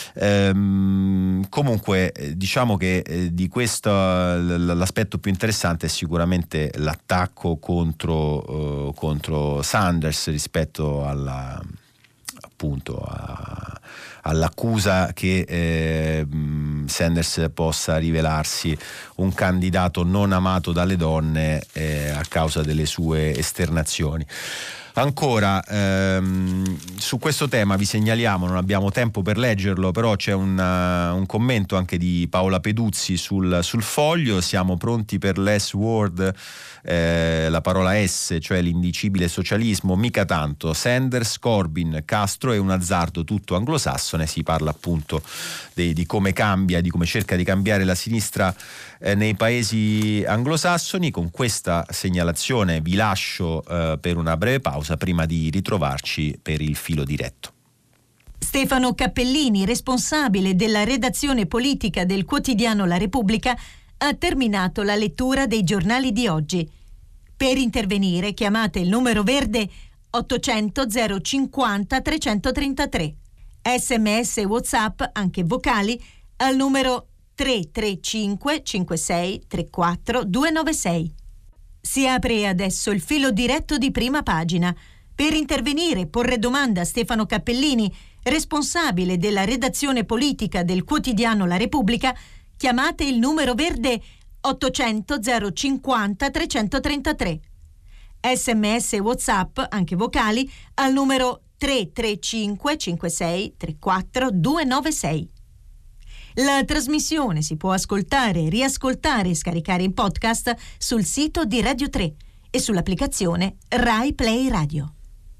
Ehm, comunque diciamo che eh, di questo l- l'aspetto più interessante è sicuramente l'attacco contro, eh, contro Sanders rispetto alla appunto a, all'accusa che eh, Sanders possa rivelarsi un candidato non amato dalle donne eh, a causa delle sue esternazioni. Ancora, ehm, su questo tema vi segnaliamo, non abbiamo tempo per leggerlo, però c'è un, uh, un commento anche di Paola Peduzzi sul, sul Foglio. Siamo pronti per l'S word, eh, la parola S, cioè l'indicibile socialismo, mica tanto. Sanders, Corbyn, Castro è un azzardo tutto anglosassone. Si parla appunto di, di come cambia, di come cerca di cambiare la sinistra eh, nei paesi anglosassoni. Con questa segnalazione vi lascio eh, per una breve pausa prima di ritrovarci per il filo diretto. Stefano Cappellini, responsabile della redazione politica del quotidiano La Repubblica, ha terminato la lettura dei giornali di oggi. Per intervenire chiamate il numero verde ottocento zero cinquanta trecentotrentatré. Sms e WhatsApp, anche vocali, al numero tre tre cinque cinque sei tre quattro due nove sei. Si apre adesso il filo diretto di Prima Pagina. Per intervenire, porre domanda a Stefano Cappellini, responsabile della redazione politica del quotidiano La Repubblica, chiamate il numero verde ottocento zero cinquanta trecentotrentatré. Sms e WhatsApp, anche vocali, al numero tre tre cinque cinque sei tre quattro due nove sei. La trasmissione si può ascoltare, riascoltare e scaricare in podcast sul sito di Radio tre e sull'applicazione Rai Play Radio.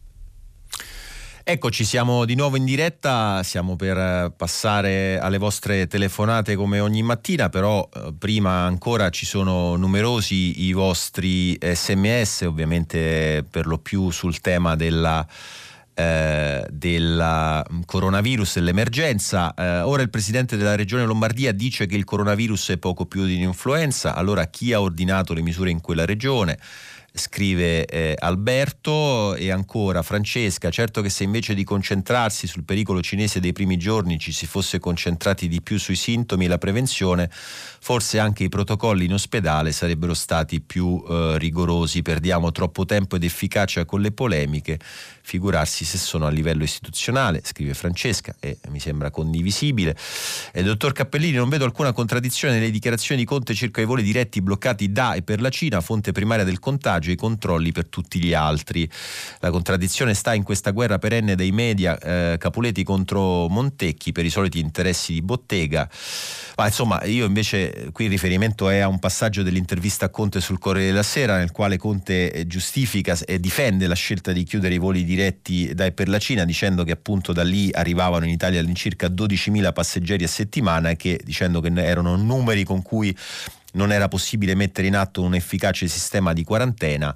Eccoci, siamo di nuovo in diretta, siamo per passare alle vostre telefonate come ogni mattina, però eh, prima ancora ci sono numerosi i vostri sms, ovviamente per lo più sul tema della Eh, del coronavirus, dell'emergenza. Eh, ora il presidente della regione Lombardia dice che il coronavirus è poco più di un'influenza. Allora chi ha ordinato le misure in quella regione? Scrive eh, Alberto. E ancora Francesca: certo che se invece di concentrarsi sul pericolo cinese dei primi giorni ci si fosse concentrati di più sui sintomi e la prevenzione, forse anche i protocolli in ospedale sarebbero stati più eh, rigorosi. Perdiamo troppo tempo ed efficacia con le polemiche, figurarsi se sono a livello istituzionale, scrive Francesca, e mi sembra condivisibile. E il dottor Cappellini: non vedo alcuna contraddizione nelle dichiarazioni di Conte circa i voli diretti bloccati da e per la Cina, fonte primaria del contagio, e i controlli per tutti gli altri. La contraddizione sta in questa guerra perenne dei media, eh, Capuleti contro Montecchi per i soliti interessi di bottega. Ma insomma, io invece qui il riferimento è a un passaggio dell'intervista a Conte sul Corriere della Sera, nel quale Conte giustifica e difende la scelta di chiudere i voli diretti da e per la Cina, dicendo che appunto da lì arrivavano in Italia all'incirca dodicimila passeggeri a settimana, e che dicendo che erano numeri con cui non era possibile mettere in atto un efficace sistema di quarantena.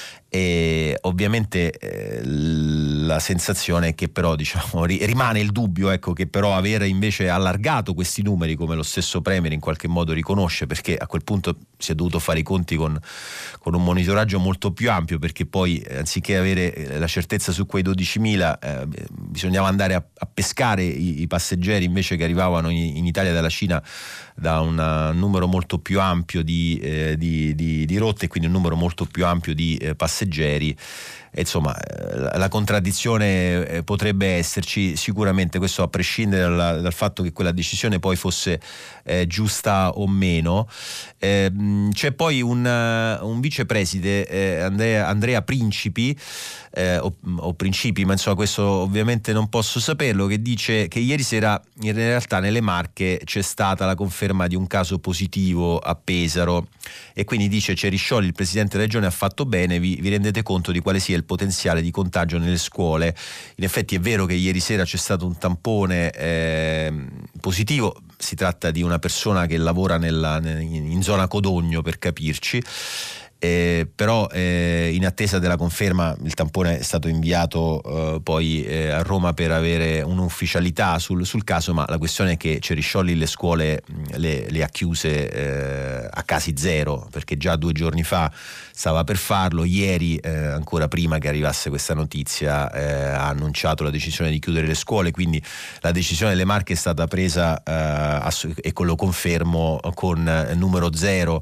E ovviamente eh, la sensazione è che però diciamo ri- rimane il dubbio, ecco, che però aver invece allargato questi numeri, come lo stesso Premier in qualche modo riconosce, perché a quel punto si è dovuto fare i conti con, con un monitoraggio molto più ampio, perché poi eh, anziché avere la certezza su quei dodicimila eh, bisognava andare a, a pescare i, i passeggeri invece che arrivavano in, in Italia dalla Cina da un uh, numero molto più ampio di, eh, di, di, di rotte, e quindi un numero molto più ampio di eh, passeggeri. E insomma, eh, la contraddizione eh, potrebbe esserci sicuramente, questo a prescindere dal, dal fatto che quella decisione poi fosse eh, giusta o meno. Eh, c'è poi un, uh, un vicepreside, eh, Andrea, Andrea Principi, eh, o, o Principi, ma insomma questo ovviamente non posso saperlo, che dice che ieri sera in realtà nelle Marche c'è stata la conferma di un caso positivo a Pesaro, e quindi dice: Ceriscioli, il presidente della regione, ha fatto bene, vi, vi rendete conto di quale sia il potenziale di contagio nelle scuole. In effetti è vero che ieri sera c'è stato un tampone eh, positivo, si tratta di una persona che lavora nella, in zona Codogno, per capirci. Eh, però eh, in attesa della conferma il tampone è stato inviato eh, poi eh, a Roma per avere un'ufficialità sul, sul caso, ma la questione è che Ceriscioli le scuole le, le ha chiuse eh, a casi zero, perché già due giorni fa stava per farlo. Ieri, eh, ancora prima che arrivasse questa notizia, eh, ha annunciato la decisione di chiudere le scuole, quindi la decisione delle Marche è stata presa eh, ass- e lo confermo con eh, numero zero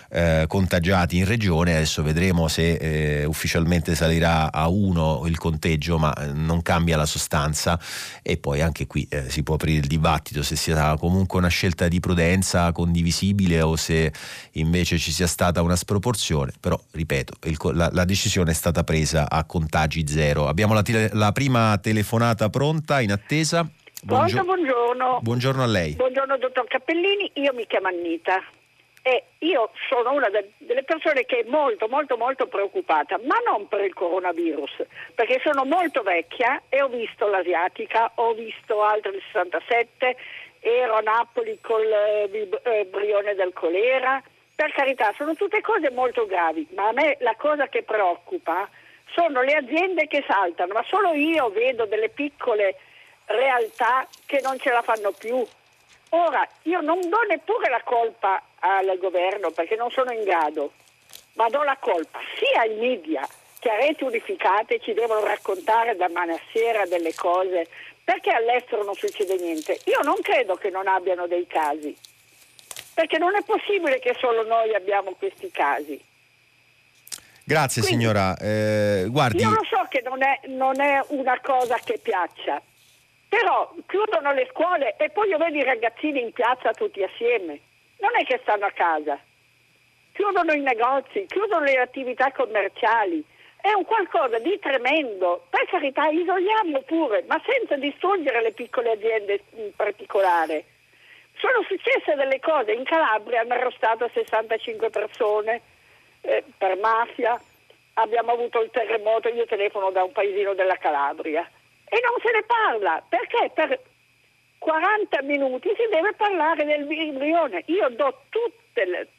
eh, contagiati in regione. Adesso vedremo se eh, ufficialmente salirà a uno il conteggio, ma non cambia la sostanza. E poi anche qui eh, si può aprire il dibattito se sia comunque una scelta di prudenza condivisibile o se invece ci sia stata una sproporzione. Però ripeto, il, la, la decisione è stata presa a contagi zero. Abbiamo la, tele, la prima telefonata pronta, in attesa. Buongio- buongiorno. Buongiorno a lei. Buongiorno dottor Cappellini, io mi chiamo Annita e io sono una de- delle persone che è molto molto molto preoccupata, ma non per il coronavirus, perché sono molto vecchia e ho visto l'asiatica, ho visto altre del sessantasette, ero a Napoli col eh, brione del colera. Per carità, sono tutte cose molto gravi, ma a me la cosa che preoccupa sono le aziende che saltano, ma solo io vedo delle piccole realtà che non ce la fanno più. Ora, io non do neppure la colpa al governo perché non sono in grado, ma do la colpa sia ai media che a reti unificate ci devono raccontare da mane a sera delle cose, perché all'estero non succede niente. Io non credo che non abbiano dei casi, perché non è possibile che solo noi abbiamo questi casi. Grazie. Quindi, signora. Eh, guardi... Io lo so che non è, non è una cosa che piaccia, però chiudono le scuole e poi io vedo i ragazzini in piazza tutti assieme. Non è che stanno a casa. Chiudono i negozi, chiudono le attività commerciali. È un qualcosa di tremendo. Per carità, isoliamo pure, ma senza distruggere le piccole aziende in particolare. Sono successe delle cose. In Calabria hanno arrestato sessantacinque persone eh, per mafia. Abbiamo avuto il terremoto, io telefono da un paesino della Calabria. E non se ne parla, perché per quaranta minuti si deve parlare del brione. Io do tutte le...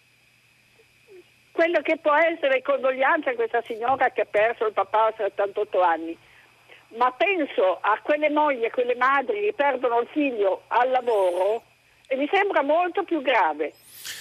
quello che può essere condoglianza a questa signora che ha perso il papà a settantotto anni, ma penso a quelle mogli e quelle madri che perdono il figlio al lavoro e mi sembra molto più grave.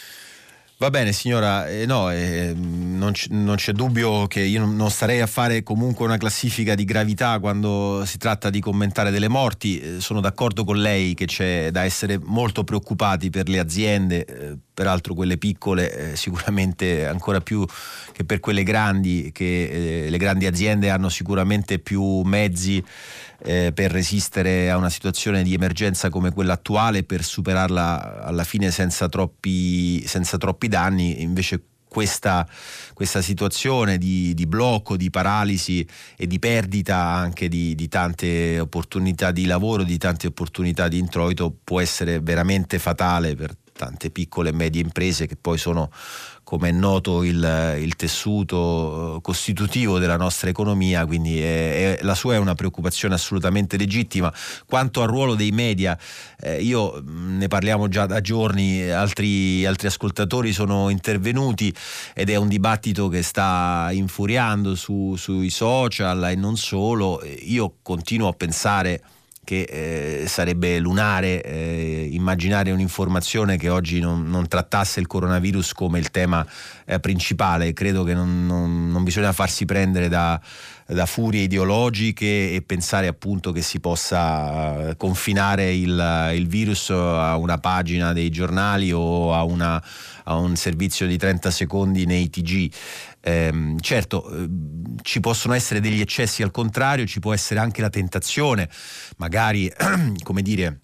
Va bene signora, eh, no, eh, non, c- non c'è dubbio che io non starei a fare comunque una classifica di gravità quando si tratta di commentare delle morti. Eh, sono d'accordo con lei che c'è da essere molto preoccupati per le aziende, eh, peraltro quelle piccole eh, sicuramente ancora più che per quelle grandi, che eh, le grandi aziende hanno sicuramente più mezzi Eh, per resistere a una situazione di emergenza come quella attuale, per superarla alla fine senza troppi, senza troppi danni. Invece questa, questa situazione di, di blocco, di paralisi e di perdita anche di, di tante opportunità di lavoro, di tante opportunità di introito può essere veramente fatale per tante piccole e medie imprese che poi sono, come è noto, il, il tessuto costitutivo della nostra economia. Quindi è, è, la sua è una preoccupazione assolutamente legittima. Quanto al ruolo dei media, eh, io ne parliamo già da giorni, altri, altri ascoltatori sono intervenuti ed è un dibattito che sta infuriando su, sui social e non solo. Io continuo a pensare che eh, sarebbe lunare eh, immaginare un'informazione che oggi non, non trattasse il coronavirus come il tema eh, principale. Credo che non, non, non bisogna farsi prendere da, da furie ideologiche e pensare appunto che si possa confinare il, il virus a una pagina dei giornali o a, una, a un servizio di trenta secondi nei T G. Eh, certo, eh, ci possono essere degli eccessi al contrario, ci può essere anche la tentazione magari come dire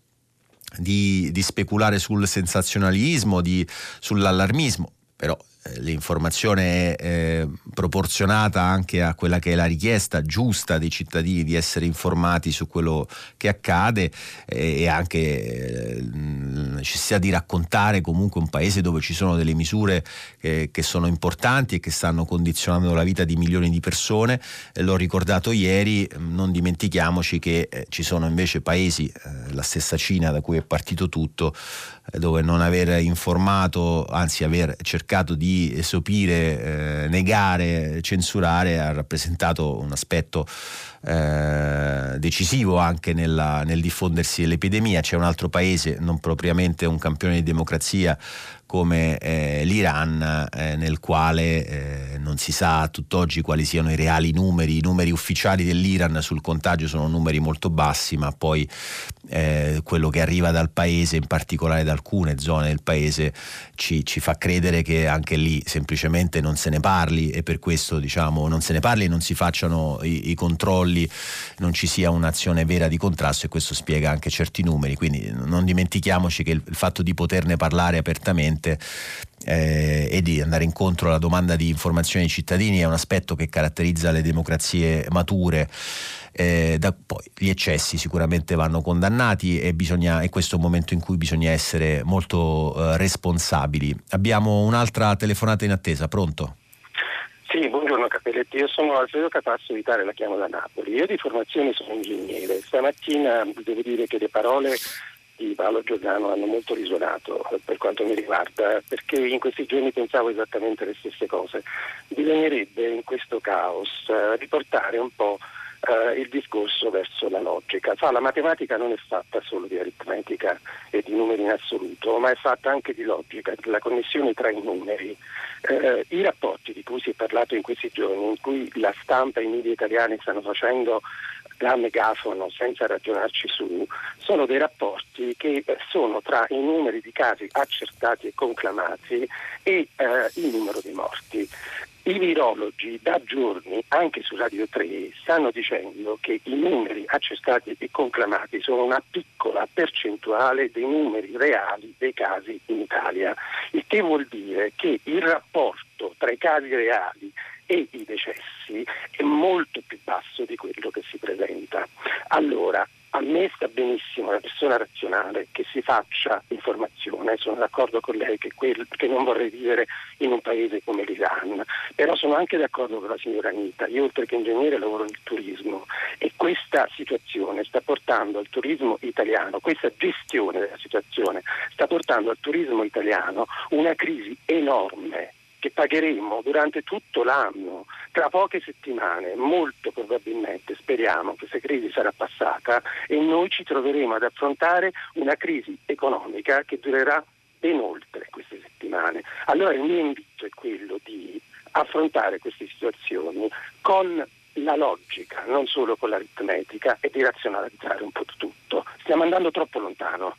di, di speculare sul sensazionalismo, di, sull'allarmismo, però eh, l'informazione è eh, proporzionata anche a quella che è la richiesta giusta dei cittadini di essere informati su quello che accade eh, e anche eh, necessità di raccontare comunque un paese dove ci sono delle misure eh, che sono importanti e che stanno condizionando la vita di milioni di persone. Eh, l'ho ricordato ieri, non dimentichiamoci che eh, ci sono invece paesi, eh, la stessa Cina da cui è partito tutto, eh, dove non aver informato, anzi aver cercato di esopire, eh, negare, censurare ha rappresentato un aspetto eh, decisivo anche nella, nel diffondersi dell'epidemia. C'è un altro paese, non propriamente un campione di democrazia, come eh, l'Iran, eh, nel quale eh, non si sa a tutt'oggi quali siano i reali numeri. I numeri ufficiali dell'Iran sul contagio sono numeri molto bassi, ma poi eh, quello che arriva dal paese, in particolare da alcune zone del paese, ci, ci fa credere che anche lì semplicemente non se ne parli, e per questo diciamo non se ne parli e non si facciano i, i controlli, non ci sia un'azione vera di contrasto, e questo spiega anche certi numeri. Quindi non dimentichiamoci che il, il fatto di poterne parlare apertamente eh, e di andare incontro alla domanda di informazioni ai cittadini è un aspetto che caratterizza le democrazie mature. Eh, da, poi gli eccessi sicuramente vanno condannati, e bisogna, e questo è un momento in cui bisogna essere molto eh, responsabili. Abbiamo un'altra telefonata in attesa. Pronto? Sì, buongiorno Cappelletti, io sono Alfredo Capasso, Vitale, la chiamo da Napoli. Io di formazione sono ingegnere. Stamattina devo dire che le parole di Paolo Giordano hanno molto risuonato per quanto mi riguarda, perché in questi giorni pensavo esattamente le stesse cose. Bisognerebbe in questo caos riportare un po' Uh, il discorso verso la logica. Fa, la matematica non è fatta solo di aritmetica e di numeri in assoluto, ma è fatta anche di logica, della connessione tra i numeri. Uh, I rapporti di cui si è parlato in questi giorni, in cui la stampa e i media italiani stanno facendo da megafono senza ragionarci su, sono dei rapporti che sono tra i numeri di casi accertati e conclamati e uh, il numero di morti. I virologi da giorni, anche su Radio tre, stanno dicendo che i numeri accertati e conclamati sono una piccola percentuale dei numeri reali dei casi in Italia, il che vuol dire che il rapporto tra i casi reali e i decessi è molto più basso di quello che si presenta. Allora, a me sta benissimo la persona razionale che si faccia informazione, sono d'accordo con lei che, quel, che non vorrei vivere in un paese come l'Iran, però sono anche d'accordo con la signora Anita. Io oltre che ingegnere lavoro nel turismo, e questa situazione sta portando al turismo italiano, questa gestione della situazione sta portando al turismo italiano una crisi enorme che pagheremo durante tutto l'anno. Tra poche settimane, molto probabilmente, speriamo che questa crisi sarà passata e noi ci troveremo ad affrontare una crisi economica che durerà ben oltre queste settimane. Allora il mio invito è quello di affrontare queste situazioni con la logica, non solo con l'aritmetica, e di razionalizzare un po' tutto. Stiamo andando troppo lontano.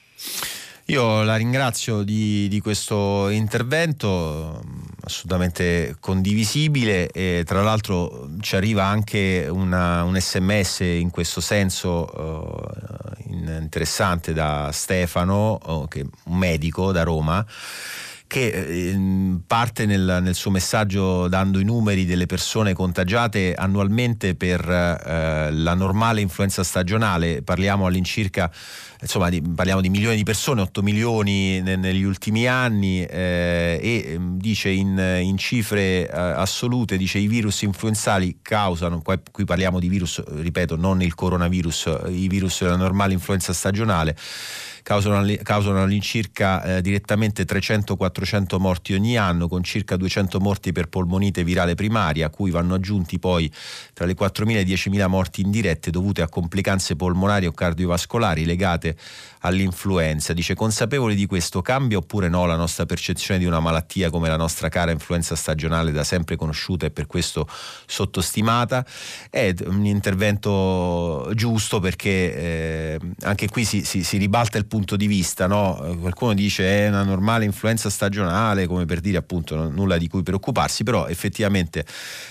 Io la ringrazio di, di questo intervento assolutamente condivisibile, e tra l'altro ci arriva anche una, un sms in questo senso uh, interessante da Stefano, uh, che è un medico da Roma, che eh, parte nel, nel suo messaggio dando i numeri delle persone contagiate annualmente per eh, la normale influenza stagionale. Parliamo all'incirca, insomma, di, parliamo di milioni di persone, otto milioni ne, negli ultimi anni, eh, e dice in, in cifre eh, assolute, dice i virus influenzali causano, qui, qui parliamo di virus, ripeto, non il coronavirus, i virus della normale influenza stagionale, causano, causano all'incirca eh, direttamente trecento quattrocento morti ogni anno, con circa duecento morti per polmonite virale primaria, a cui vanno aggiunti poi tra le quattromila e diecimila morti indirette dovute a complicanze polmonari o cardiovascolari legate all'influenza. Dice: consapevoli di questo, cambia oppure no la nostra percezione di una malattia come la nostra cara influenza stagionale, da sempre conosciuta e per questo sottostimata? È un intervento giusto, perché eh, anche qui si, si, si ribalta il punto di vista, no? Qualcuno dice è una normale influenza stagionale, come per dire appunto non, nulla di cui preoccuparsi, però effettivamente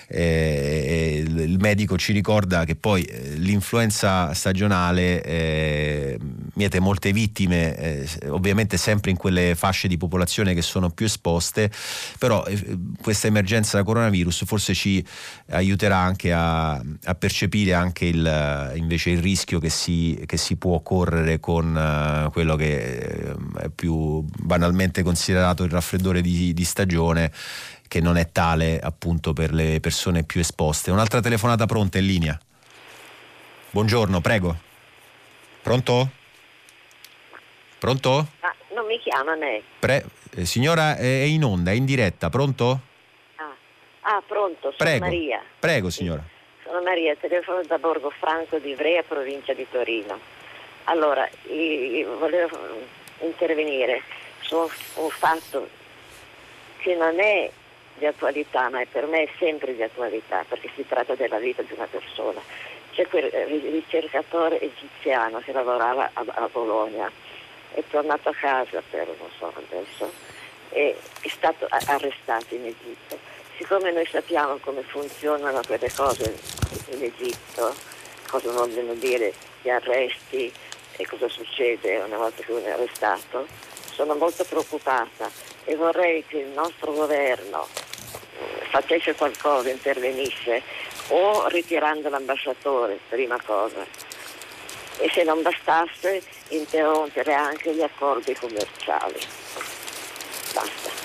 eh, il medico ci ricorda che poi eh, l'influenza stagionale eh, miete molte vittime, eh, ovviamente sempre in quelle fasce di popolazione che sono più esposte, però eh, questa emergenza da coronavirus forse ci aiuterà anche a, a percepire anche il, invece il rischio che si, che si può correre con uh, quello che è più banalmente considerato il raffreddore di, di stagione, che non è tale appunto per le persone più esposte. Un'altra telefonata pronta in linea. Buongiorno, prego. Pronto? Pronto? Ah, non mi chiama lei. Pre- eh, signora, è in onda, è in diretta, pronto? Ah, ah pronto, sono Prego. Maria. Prego, signora. Sono Maria, telefono da Borgo Franco di Ivrea, provincia di Torino. Allora, io volevo intervenire su un fatto che non è di attualità, ma è per me è sempre di attualità, perché si tratta della vita di una persona. C'è quel ricercatore egiziano che lavorava a, a Bologna, è tornato a casa per non so adesso, e è stato arrestato in Egitto. Siccome noi sappiamo come funzionano quelle cose in Egitto, cosa vogliono dire gli arresti e cosa succede una volta che uno è arrestato, sono molto preoccupata e vorrei che il nostro governo facesse qualcosa, intervenisse, o ritirando l'ambasciatore, prima cosa, e se non bastasse interrompere anche gli accordi commerciali. Basta.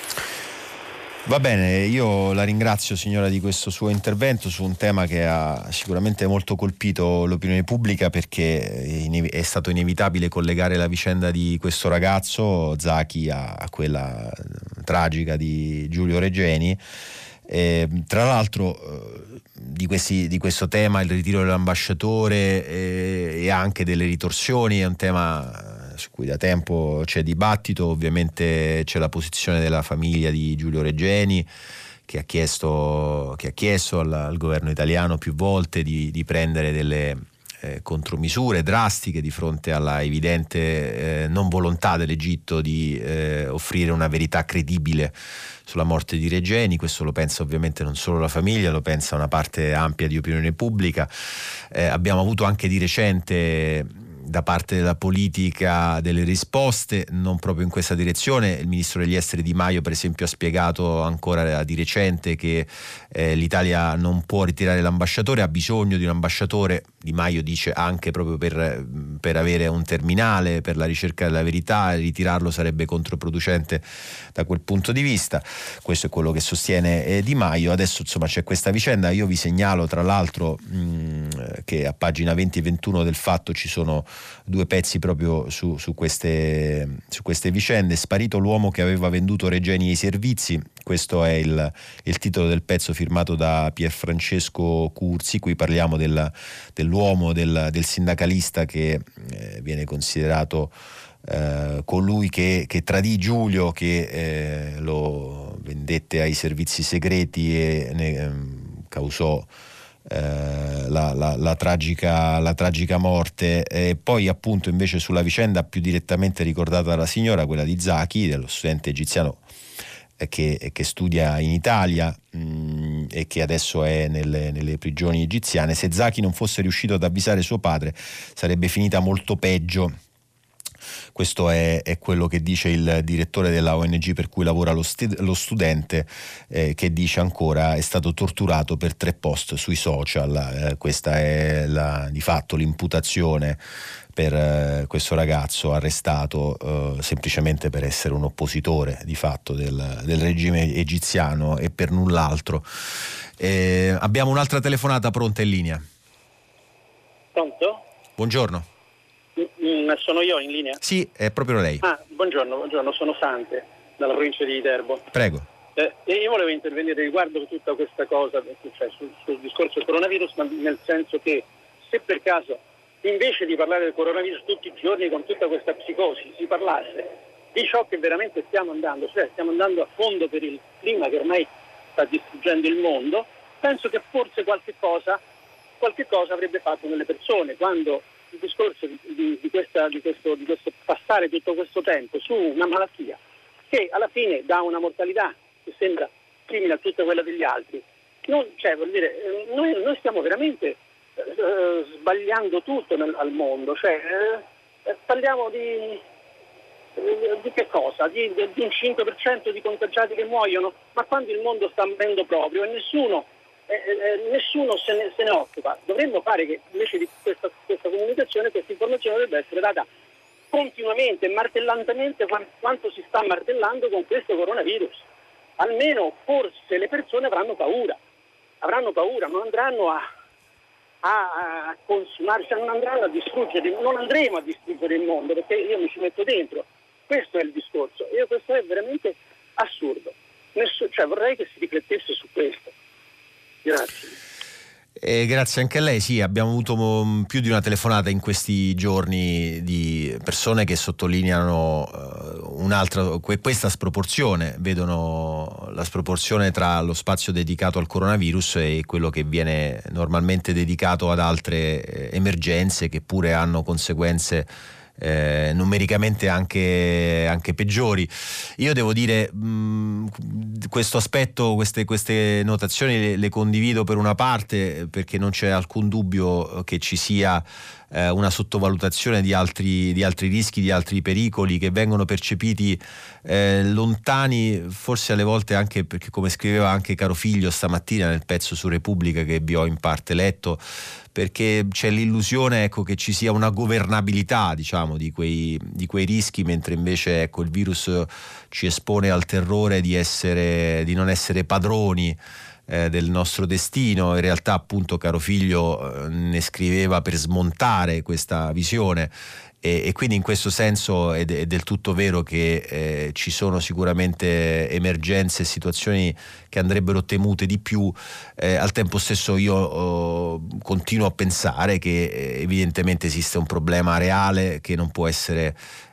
Va bene, io la ringrazio signora di questo suo intervento su un tema che ha sicuramente molto colpito l'opinione pubblica, perché è stato inevitabile collegare la vicenda di questo ragazzo Zaki a, a quella tragica di Giulio Regeni. Eh, tra l'altro eh, di, questi, di questo tema, il ritiro dell'ambasciatore eh, e anche delle ritorsioni, è un tema su cui da tempo c'è dibattito. Ovviamente c'è la posizione della famiglia di Giulio Regeni, che ha chiesto, che ha chiesto al, al governo italiano più volte di, di prendere delle eh, contromisure drastiche di fronte alla evidente eh, non volontà dell'Egitto di eh, offrire una verità credibile sulla morte di Regeni. Questo lo pensa ovviamente non solo la famiglia, lo pensa una parte ampia di opinione pubblica. Eh, abbiamo avuto anche di recente da parte della politica delle risposte non proprio in questa direzione. Il ministro degli esteri Di Maio per esempio ha spiegato ancora di recente che eh, l'Italia non può ritirare l'ambasciatore, ha bisogno di un ambasciatore. Di Maio dice anche proprio per, per avere un terminale per la ricerca della verità, ritirarlo sarebbe controproducente da quel punto di vista. Questo è quello che sostiene eh, Di Maio. Adesso insomma c'è questa vicenda. Io vi segnalo tra l'altro mh, che a pagina venti e ventuno del Fatto ci sono due pezzi proprio su, su, queste, su queste vicende. Sparito l'uomo che aveva venduto Regeni ai servizi, questo è il, il titolo del pezzo firmato da Pierfrancesco Curzi. Qui parliamo del, dell'uomo, del, del sindacalista che eh, viene considerato eh, colui che, che tradì Giulio, che eh, lo vendette ai servizi segreti e ne eh, causò Eh, la, la, la, tragica, la tragica morte. E poi appunto invece sulla vicenda più direttamente ricordata dalla signora, quella di Zaki, dello studente egiziano eh, che, che studia in Italia mh, e che adesso è nelle, nelle prigioni egiziane. Se Zaki non fosse riuscito ad avvisare suo padre sarebbe finita molto peggio. Questo è, è quello che dice il direttore della O N G per cui lavora lo, st- lo studente, eh, che dice ancora: è stato torturato per tre post sui social. Eh, questa è la, di fatto l'imputazione per eh, questo ragazzo arrestato eh, semplicemente per essere un oppositore di fatto del, del regime egiziano e per null'altro. Eh, abbiamo un'altra telefonata pronta in linea. Pronto? Buongiorno. Mm, sono io in linea? Sì, è proprio lei. Ah, buongiorno, buongiorno, sono Sante, dalla provincia di Viterbo. Prego. Eh, e io volevo intervenire riguardo tutta questa cosa, cioè sul, sul discorso del coronavirus, ma nel senso che se per caso, invece di parlare del coronavirus tutti i giorni con tutta questa psicosi, si parlasse di ciò che veramente stiamo andando, cioè stiamo andando a fondo per il clima che ormai sta distruggendo il mondo, penso che forse qualche cosa, qualche cosa avrebbe fatto nelle persone, quando il discorso di, di, di, questa, di, questo, di questo passare tutto questo tempo su una malattia che alla fine dà una mortalità che sembra simile a tutta quella degli altri. Non, cioè, vuol dire, noi, noi stiamo veramente eh, sbagliando tutto nel, al mondo, cioè, eh, parliamo di, eh, di che cosa? Di, di un cinque per cento di contagiati che muoiono, ma quando il mondo sta morendo proprio e nessuno Eh, eh, nessuno se ne, se ne occupa. Dovremmo fare che invece di questa, questa comunicazione, questa informazione dovrebbe essere data continuamente, martellantemente, quanto si sta martellando con questo coronavirus. Almeno forse le persone avranno paura, avranno paura, non andranno a, a, a consumare, cioè non andranno a distruggere, non andremo a distruggere il mondo, perché io mi ci metto dentro. Questo è il discorso. Io questo è veramente assurdo. Nessun, cioè vorrei che si riflettesse su questo. Grazie. Eh, grazie anche a lei. Sì, abbiamo avuto um, più di una telefonata in questi giorni di persone che sottolineano uh, un'altra, questa sproporzione, vedono la sproporzione tra lo spazio dedicato al coronavirus e quello che viene normalmente dedicato ad altre emergenze che pure hanno conseguenze Eh, numericamente anche, anche peggiori. Io devo dire mh, questo aspetto, queste, queste notazioni le, le condivido per una parte, perché non c'è alcun dubbio che ci sia eh, una sottovalutazione di altri, di altri rischi, di altri pericoli che vengono percepiti eh, lontani, forse alle volte anche perché, come scriveva anche Carofiglio stamattina nel pezzo su Repubblica che vi ho in parte letto, perché c'è l'illusione, ecco, che ci sia una governabilità, diciamo, di quei, di quei rischi, mentre invece, ecco, il virus ci espone al terrore di essere, di non essere padroni eh, del nostro destino. In realtà, appunto, Carofiglio eh, ne scriveva per smontare questa visione. E, e quindi in questo senso è, è del tutto vero che eh, ci sono sicuramente emergenze e situazioni che andrebbero temute di più. Eh, al tempo stesso io oh, continuo a pensare che eh, evidentemente esiste un problema reale che non può essere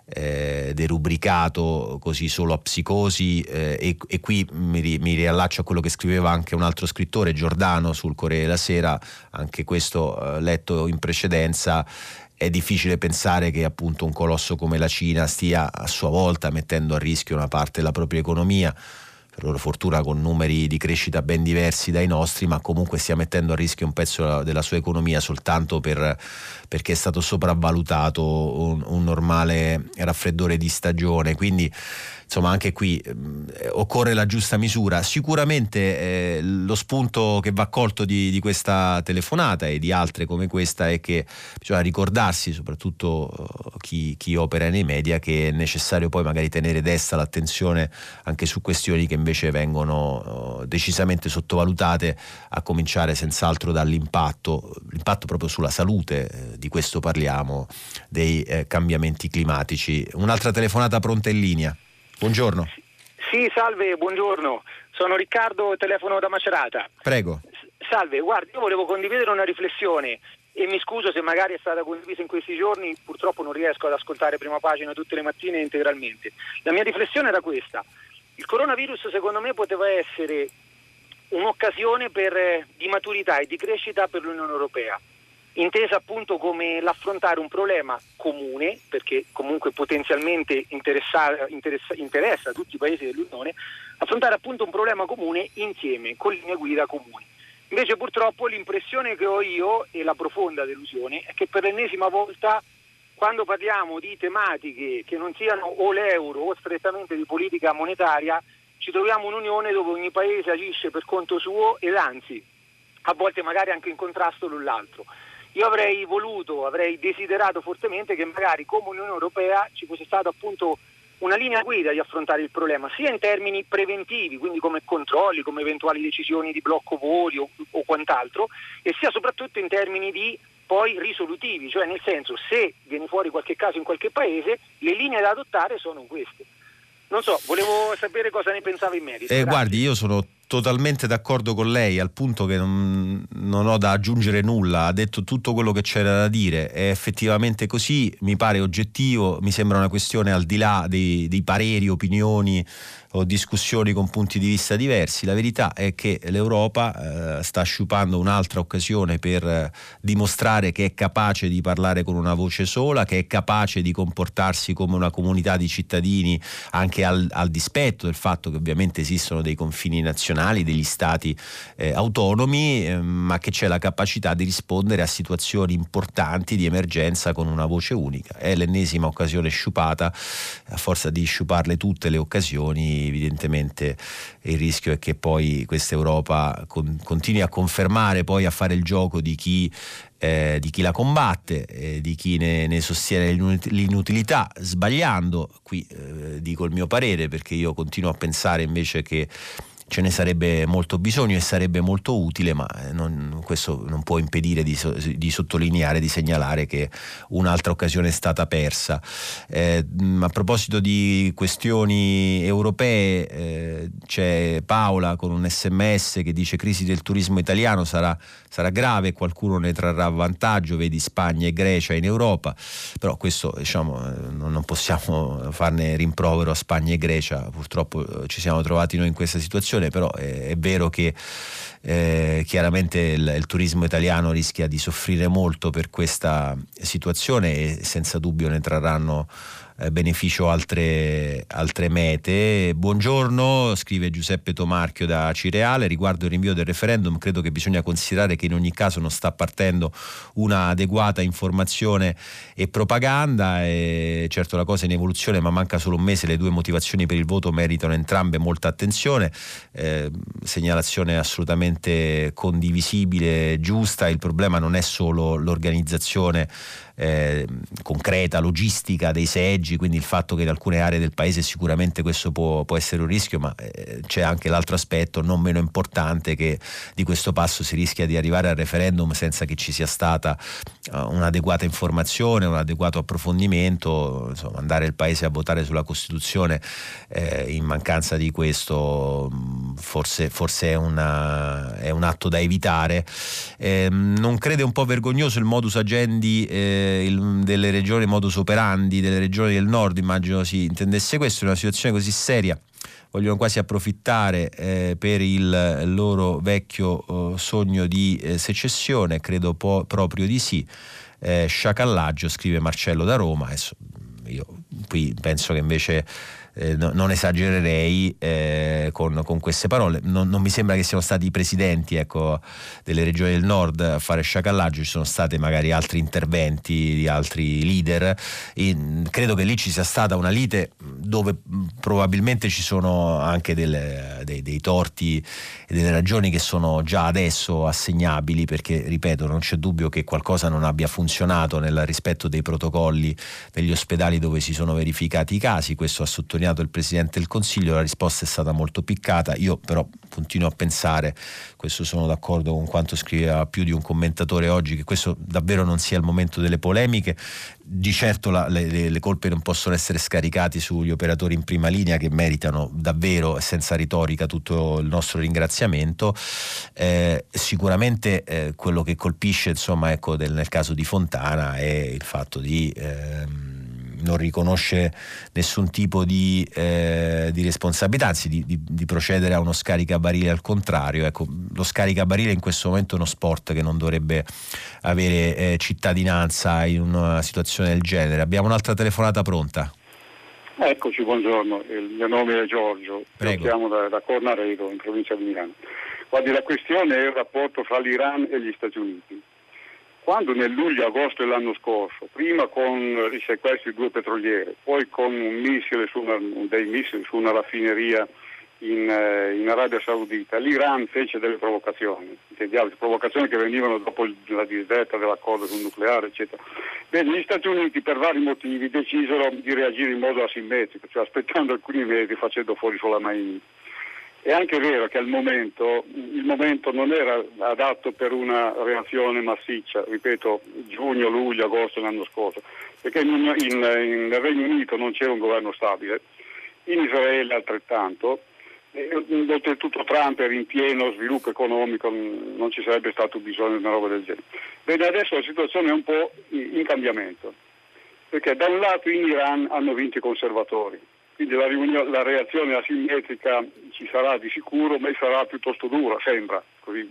eh, derubricato così solo a psicosi eh, e, e qui mi, ri, mi riallaccio a quello che scriveva anche un altro scrittore, Giordano, sul Corriere della Sera, anche questo eh, letto in precedenza. È difficile pensare che appunto un colosso come la Cina stia a sua volta mettendo a rischio una parte della propria economia, per loro fortuna con numeri di crescita ben diversi dai nostri, ma comunque stia mettendo a rischio un pezzo della sua economia soltanto per, perché è stato sopravvalutato un, un normale raffreddore di stagione. Quindi insomma anche qui eh, occorre la giusta misura. Sicuramente eh, lo spunto che va colto di, di questa telefonata e di altre come questa è che bisogna ricordarsi, soprattutto uh, chi, chi opera nei media, che è necessario poi magari tenere desta l'attenzione anche su questioni che invece vengono uh, decisamente sottovalutate, a cominciare senz'altro dall'impatto l'impatto proprio sulla salute, eh, di questo parliamo, dei eh, cambiamenti climatici. Un'altra telefonata pronta in linea. Buongiorno. Sì, salve, buongiorno. Sono Riccardo, telefono da Macerata. Prego. Salve, guardi, io volevo condividere una riflessione e mi scuso se magari è stata condivisa in questi giorni, purtroppo non riesco ad ascoltare Prima Pagina tutte le mattine integralmente. La mia riflessione era questa: il coronavirus secondo me poteva essere un'occasione per, di maturità e di crescita per l'Unione Europea, intesa appunto come l'affrontare un problema comune, perché comunque potenzialmente interessa, interessa, interessa tutti i paesi dell'Unione, affrontare appunto un problema comune insieme, con linee guida comuni. Invece purtroppo l'impressione che ho io, e la profonda delusione, è che per l'ennesima volta, quando parliamo di tematiche che non siano o l'euro o strettamente di politica monetaria, ci troviamo un'Unione dove ogni paese agisce per conto suo ed anzi, a volte magari anche in contrasto l'un l'altro. Io avrei voluto, avrei desiderato fortemente che magari come Unione Europea ci fosse stata appunto una linea guida di affrontare il problema, sia in termini preventivi, quindi come controlli, come eventuali decisioni di blocco voli o, o quant'altro, e sia soprattutto in termini di poi risolutivi, cioè nel senso, se viene fuori qualche caso in qualche paese, le linee da adottare sono queste. Non so, volevo sapere cosa ne pensava in merito. Eh, guardi, io sono totalmente d'accordo con lei, al punto che non, non ho da aggiungere nulla, ha detto tutto quello che c'era da dire, è effettivamente così, mi pare oggettivo, mi sembra una questione al di là dei, dei pareri, opinioni o discussioni con punti di vista diversi. La verità è che l'Europa eh, sta sciupando un'altra occasione per eh, dimostrare che è capace di parlare con una voce sola, che è capace di comportarsi come una comunità di cittadini anche al, al dispetto del fatto che ovviamente esistono dei confini nazionali, degli stati eh, autonomi, eh, ma che c'è la capacità di rispondere a situazioni importanti di emergenza con una voce unica. È l'ennesima occasione sciupata, a forza di sciuparle tutte le occasioni evidentemente il rischio è che poi questa Europa con, continui a confermare, poi a fare il gioco di chi Eh, di chi la combatte, eh, di chi ne, ne sostiene l'inutilità, sbagliando. Qui eh, dico il mio parere, perché io continuo a pensare invece che ce ne sarebbe molto bisogno e sarebbe molto utile, ma non, questo non può impedire di, di sottolineare, di segnalare che un'altra occasione è stata persa. Eh, a proposito di questioni europee, eh, c'è Paola con un sms che dice: crisi del turismo italiano, sarà, sarà grave, qualcuno ne trarrà vantaggio, vedi Spagna e Grecia in Europa. Però questo, diciamo, non possiamo farne rimprovero a Spagna e Grecia, purtroppo ci siamo trovati noi in questa situazione, però è, è vero che eh, chiaramente il, il turismo italiano rischia di soffrire molto per questa situazione e senza dubbio ne trarranno Eh, beneficio altre, altre mete. Buongiorno, scrive Giuseppe Tomarchio da Cireale: riguardo il rinvio del referendum, credo che bisogna considerare che in ogni caso non sta partendo una adeguata informazione e propaganda, e certo la cosa è in evoluzione, ma manca solo un mese, le due motivazioni per il voto meritano entrambe molta attenzione. Eh, segnalazione assolutamente condivisibile, giusta. Il problema non è solo l'organizzazione Eh, concreta, logistica dei seggi, quindi il fatto che in alcune aree del paese sicuramente questo può, può essere un rischio, ma eh, c'è anche l'altro aspetto non meno importante, che di questo passo si rischia di arrivare al referendum senza che ci sia stata uh, un'adeguata informazione, un adeguato approfondimento. Insomma, mandare il paese a votare sulla Costituzione eh, in mancanza di questo forse, forse è, una, è un atto da evitare. Eh, non crede un po' vergognoso il modus agendi eh, Il, delle regioni, modus operandi delle regioni del nord? Immagino si intendesse questo. In una situazione così seria vogliono quasi approfittare eh, per il loro vecchio eh, sogno di eh, secessione. Credo po- proprio di sì. Eh, sciacallaggio, scrive Marcello da Roma. Adesso, io qui penso che invece Eh, no, non esagererei eh, con, con queste parole. Non, non mi sembra che siano stati i presidenti, ecco, delle regioni del nord a fare sciacallaggio, ci sono stati magari altri interventi di altri leader. E credo che lì ci sia stata una lite dove probabilmente ci sono anche delle, dei, dei torti e delle ragioni che sono già adesso assegnabili, perché ripeto, non c'è dubbio che qualcosa non abbia funzionato nel rispetto dei protocolli degli ospedali dove si sono verificati i casi. Questo ha sottolineato il Presidente del Consiglio, la risposta è stata molto piccata. Io però continuo a pensare, questo sono d'accordo con quanto scriveva più di un commentatore oggi, che questo davvero non sia il momento delle polemiche. Di certo la, le, le colpe non possono essere scaricate sugli operatori in prima linea, che meritano davvero, senza retorica, tutto il nostro ringraziamento. Eh, sicuramente eh, quello che colpisce, insomma, ecco, del, nel caso di Fontana è il fatto di ehm, non riconosce nessun tipo di, eh, di responsabilità, anzi di, di, di procedere a uno scaricabarile al contrario. Ecco, lo scaricabarile in questo momento è uno sport che non dovrebbe avere eh, cittadinanza in una situazione del genere. Abbiamo un'altra telefonata pronta. Eccoci, buongiorno, il mio nome è Giorgio. Prego. Io chiamo da, da Cornaredo, in provincia di Milano. Guardi, la questione è il rapporto fra l'Iran e gli Stati Uniti. Quando nel luglio-agosto dell'anno scorso, prima con i sequestri di due petroliere, poi con un missile su una, dei missili su una raffineria in, eh, in Arabia Saudita, l'Iran fece delle provocazioni, provocazioni che venivano dopo la disdetta dell'accordo sul nucleare, eccetera. Bene, gli Stati Uniti per vari motivi decisero di reagire in modo asimmetrico, cioè aspettando alcuni mesi, facendo fuori solo Khamenei. È anche vero che al momento il momento non era adatto per una reazione massiccia, ripeto, giugno, luglio, agosto dell'anno scorso, perché in, in, in nel Regno Unito non c'era un governo stabile, in Israele altrettanto, e, oltretutto Trump era in pieno sviluppo economico, non ci sarebbe stato bisogno di una roba del genere. Bene, adesso la situazione è un po' in cambiamento, perché da un lato in Iran hanno vinto i conservatori, quindi la, riunione, la reazione asimmetrica ci sarà di sicuro, ma sarà piuttosto dura, sembra così.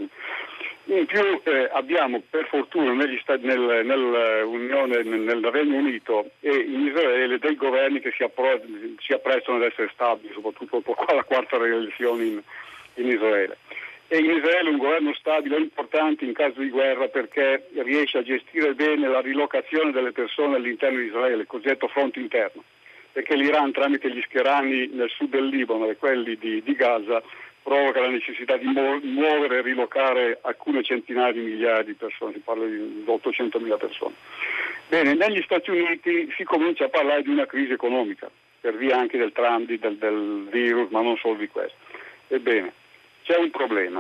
In più eh, abbiamo per fortuna negli stati, nel, nell'Unione, nel, nel Regno Unito e in Israele dei governi che si, appro- si apprestano ad essere stabili, soprattutto dopo la quarta rielezione in, in Israele. E in Israele un governo stabile è importante in caso di guerra perché riesce a gestire bene la rilocazione delle persone all'interno di Israele, il cosiddetto fronte interno. Perché l'Iran tramite gli schierani nel sud del Libano e quelli di, di Gaza provoca la necessità di muovere e rilocare alcune centinaia di migliaia di persone, si parla di ottocentomila persone. Bene, negli Stati Uniti si comincia a parlare di una crisi economica, per via anche del transit, del, del virus, ma non solo di questo. Ebbene, c'è un problema.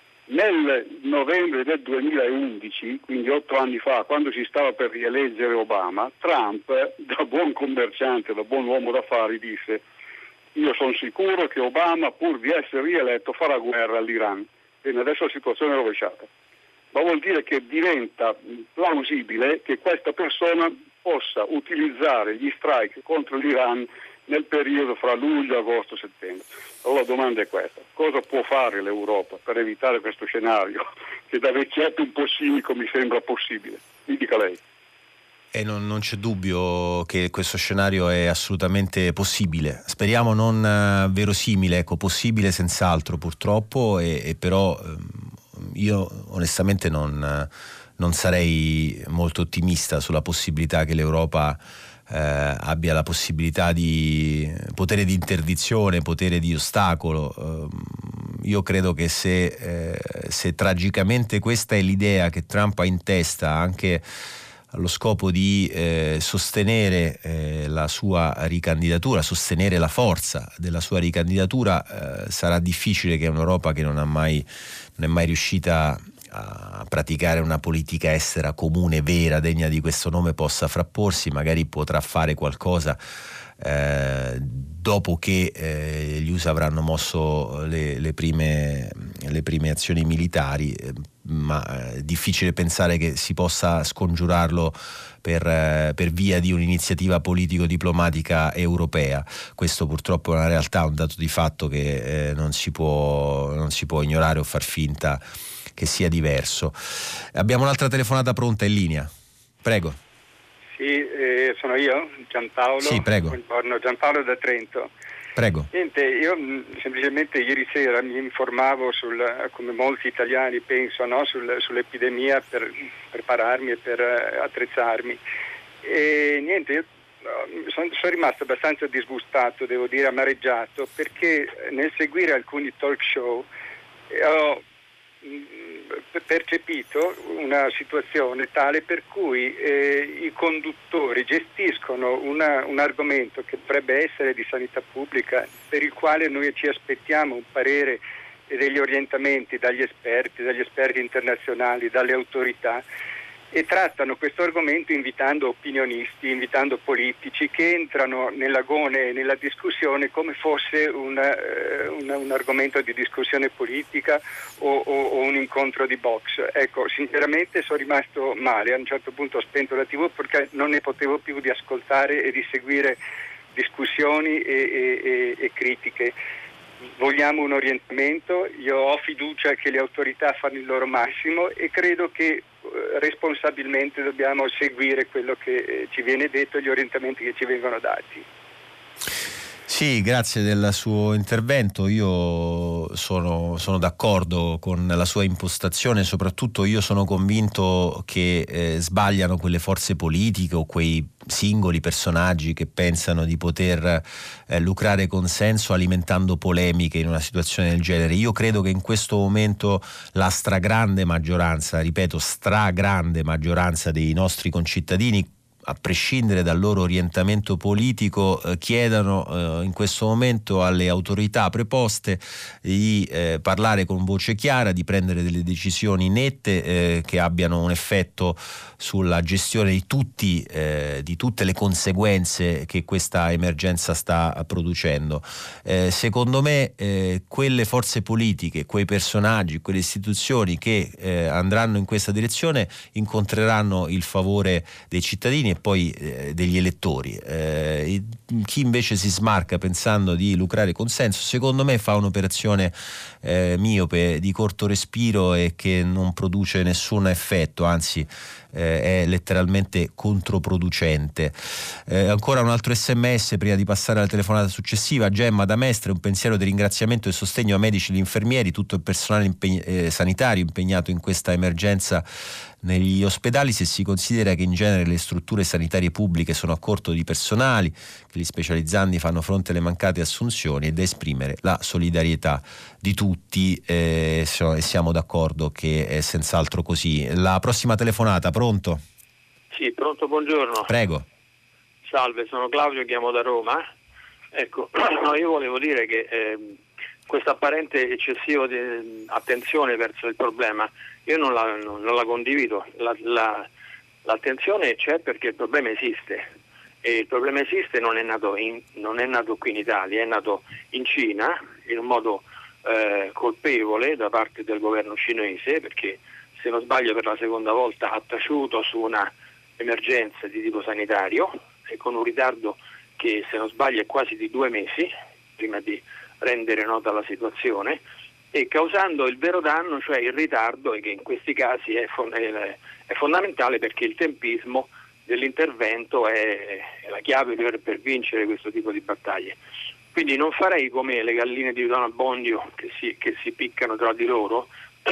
Nel novembre del duemilaundici, quindi otto anni fa, quando si stava per rieleggere Obama, Trump, da buon commerciante, da buon uomo d'affari, disse: io sono sicuro che Obama, pur di essere rieletto, farà guerra all'Iran. Bene, adesso la situazione è rovesciata. Ma vuol dire che diventa plausibile che questa persona possa utilizzare gli strike contro l'Iran nel periodo fra luglio, agosto, settembre. Allora la domanda è questa: cosa può fare l'Europa per evitare questo scenario che da vecchietto un po' cinico mi sembra possibile? Mi dica lei. E non, non c'è dubbio che questo scenario è assolutamente possibile, speriamo non uh, verosimile, ecco, possibile senz'altro purtroppo, e, e però um, io onestamente non, uh, non sarei molto ottimista sulla possibilità che l'Europa uh, abbia la possibilità di potere di interdizione, potere di ostacolo. Uh, io credo che se, eh, se tragicamente questa è l'idea che Trump ha in testa, anche allo scopo di eh, sostenere eh, la sua ricandidatura, sostenere la forza della sua ricandidatura, eh, sarà difficile che un'Europa che non ha mai, non è mai riuscita a praticare una politica estera comune, vera, degna di questo nome, possa frapporsi. Magari potrà fare qualcosa eh, dopo che eh, gli U S A avranno mosso le, le, prime, le prime azioni militari, eh, ma è difficile pensare che si possa scongiurarlo per, eh, per via di un'iniziativa politico-diplomatica europea. Questo purtroppo è una realtà, un dato di fatto che eh, non si può, non si può ignorare o far finta che sia diverso. Abbiamo un'altra telefonata pronta in linea. Prego. Sì, eh, sono io, Giampaolo. Sì, prego. Buongiorno, Giampaolo da Trento. Prego. Niente, io mh, semplicemente ieri sera mi informavo sul, come molti italiani penso, no? sul, sull'epidemia per prepararmi e per uh, attrezzarmi. E niente, io uh, sono, sono rimasto abbastanza disgustato, devo dire, amareggiato, perché nel seguire alcuni talk show eh, ho percepito una situazione tale per cui eh, i conduttori gestiscono una, un argomento che dovrebbe essere di sanità pubblica, per il quale noi ci aspettiamo un parere e degli orientamenti dagli esperti, dagli esperti internazionali, dalle autorità, e trattano questo argomento invitando opinionisti, invitando politici che entrano nell'agone e nella discussione come fosse una, una, un argomento di discussione politica o, o, o un incontro di box. Ecco, sinceramente sono rimasto male, a un certo punto ho spento la tivù perché non ne potevo più di ascoltare e di seguire discussioni e, e, e, e critiche. Vogliamo un orientamento, io ho fiducia che le autorità fanno il loro massimo e credo che responsabilmente dobbiamo seguire quello che ci viene detto e gli orientamenti che ci vengono dati. Sì, grazie del suo intervento. Io sono, sono d'accordo con la sua impostazione, soprattutto io sono convinto che eh, sbagliano quelle forze politiche o quei singoli personaggi che pensano di poter eh, lucrare consenso alimentando polemiche in una situazione del genere. Io credo che in questo momento la stragrande maggioranza, ripeto, stragrande maggioranza dei nostri concittadini, a prescindere dal loro orientamento politico, eh, chiedano eh, in questo momento alle autorità preposte di eh, parlare con voce chiara, di prendere delle decisioni nette eh, che abbiano un effetto sulla gestione di tutti eh, di tutte le conseguenze che questa emergenza sta producendo. Eh, secondo me eh, quelle forze politiche, quei personaggi, quelle istituzioni che eh, andranno in questa direzione incontreranno il favore dei cittadini e poi eh, degli elettori. Eh, chi invece si smarca pensando di lucrare consenso, secondo me fa un'operazione eh, miope, di corto respiro e che non produce nessun effetto, anzi eh, è letteralmente controproducente. Eh, ancora un altro sms prima di passare alla telefonata successiva. Gemma da Mestre, un pensiero di ringraziamento e sostegno a medici e infermieri, tutto il personale impeg- eh, sanitario impegnato in questa emergenza negli ospedali, se si considera che in genere le strutture sanitarie pubbliche sono a corto di personali, che gli specializzandi fanno fronte alle mancate assunzioni, ed esprimere la solidarietà di tutti eh, e siamo d'accordo che è senz'altro così. La prossima telefonata, pronto? Sì, pronto, buongiorno. Prego. Salve, sono Claudio, chiamo da Roma. Ecco, no, io volevo dire che eh, questa apparente eccessiva attenzione verso il problema, io non la, non, non la condivido. La, la, l'attenzione c'è perché il problema esiste, e il problema esiste non è nato, in, non è nato qui in Italia, è nato in Cina in un modo eh, colpevole da parte del governo cinese, perché se non sbaglio per la seconda volta ha taciuto su una emergenza di tipo sanitario, e con un ritardo che se non sbaglio è quasi di due mesi prima di rendere nota la situazione, e causando il vero danno, cioè il ritardo, e che in questi casi è, fon- è, è fondamentale, perché il tempismo dell'intervento è, è la chiave per, per vincere questo tipo di battaglie. Quindi non farei come le galline di Don Abbondio che si, che si piccano tra di loro,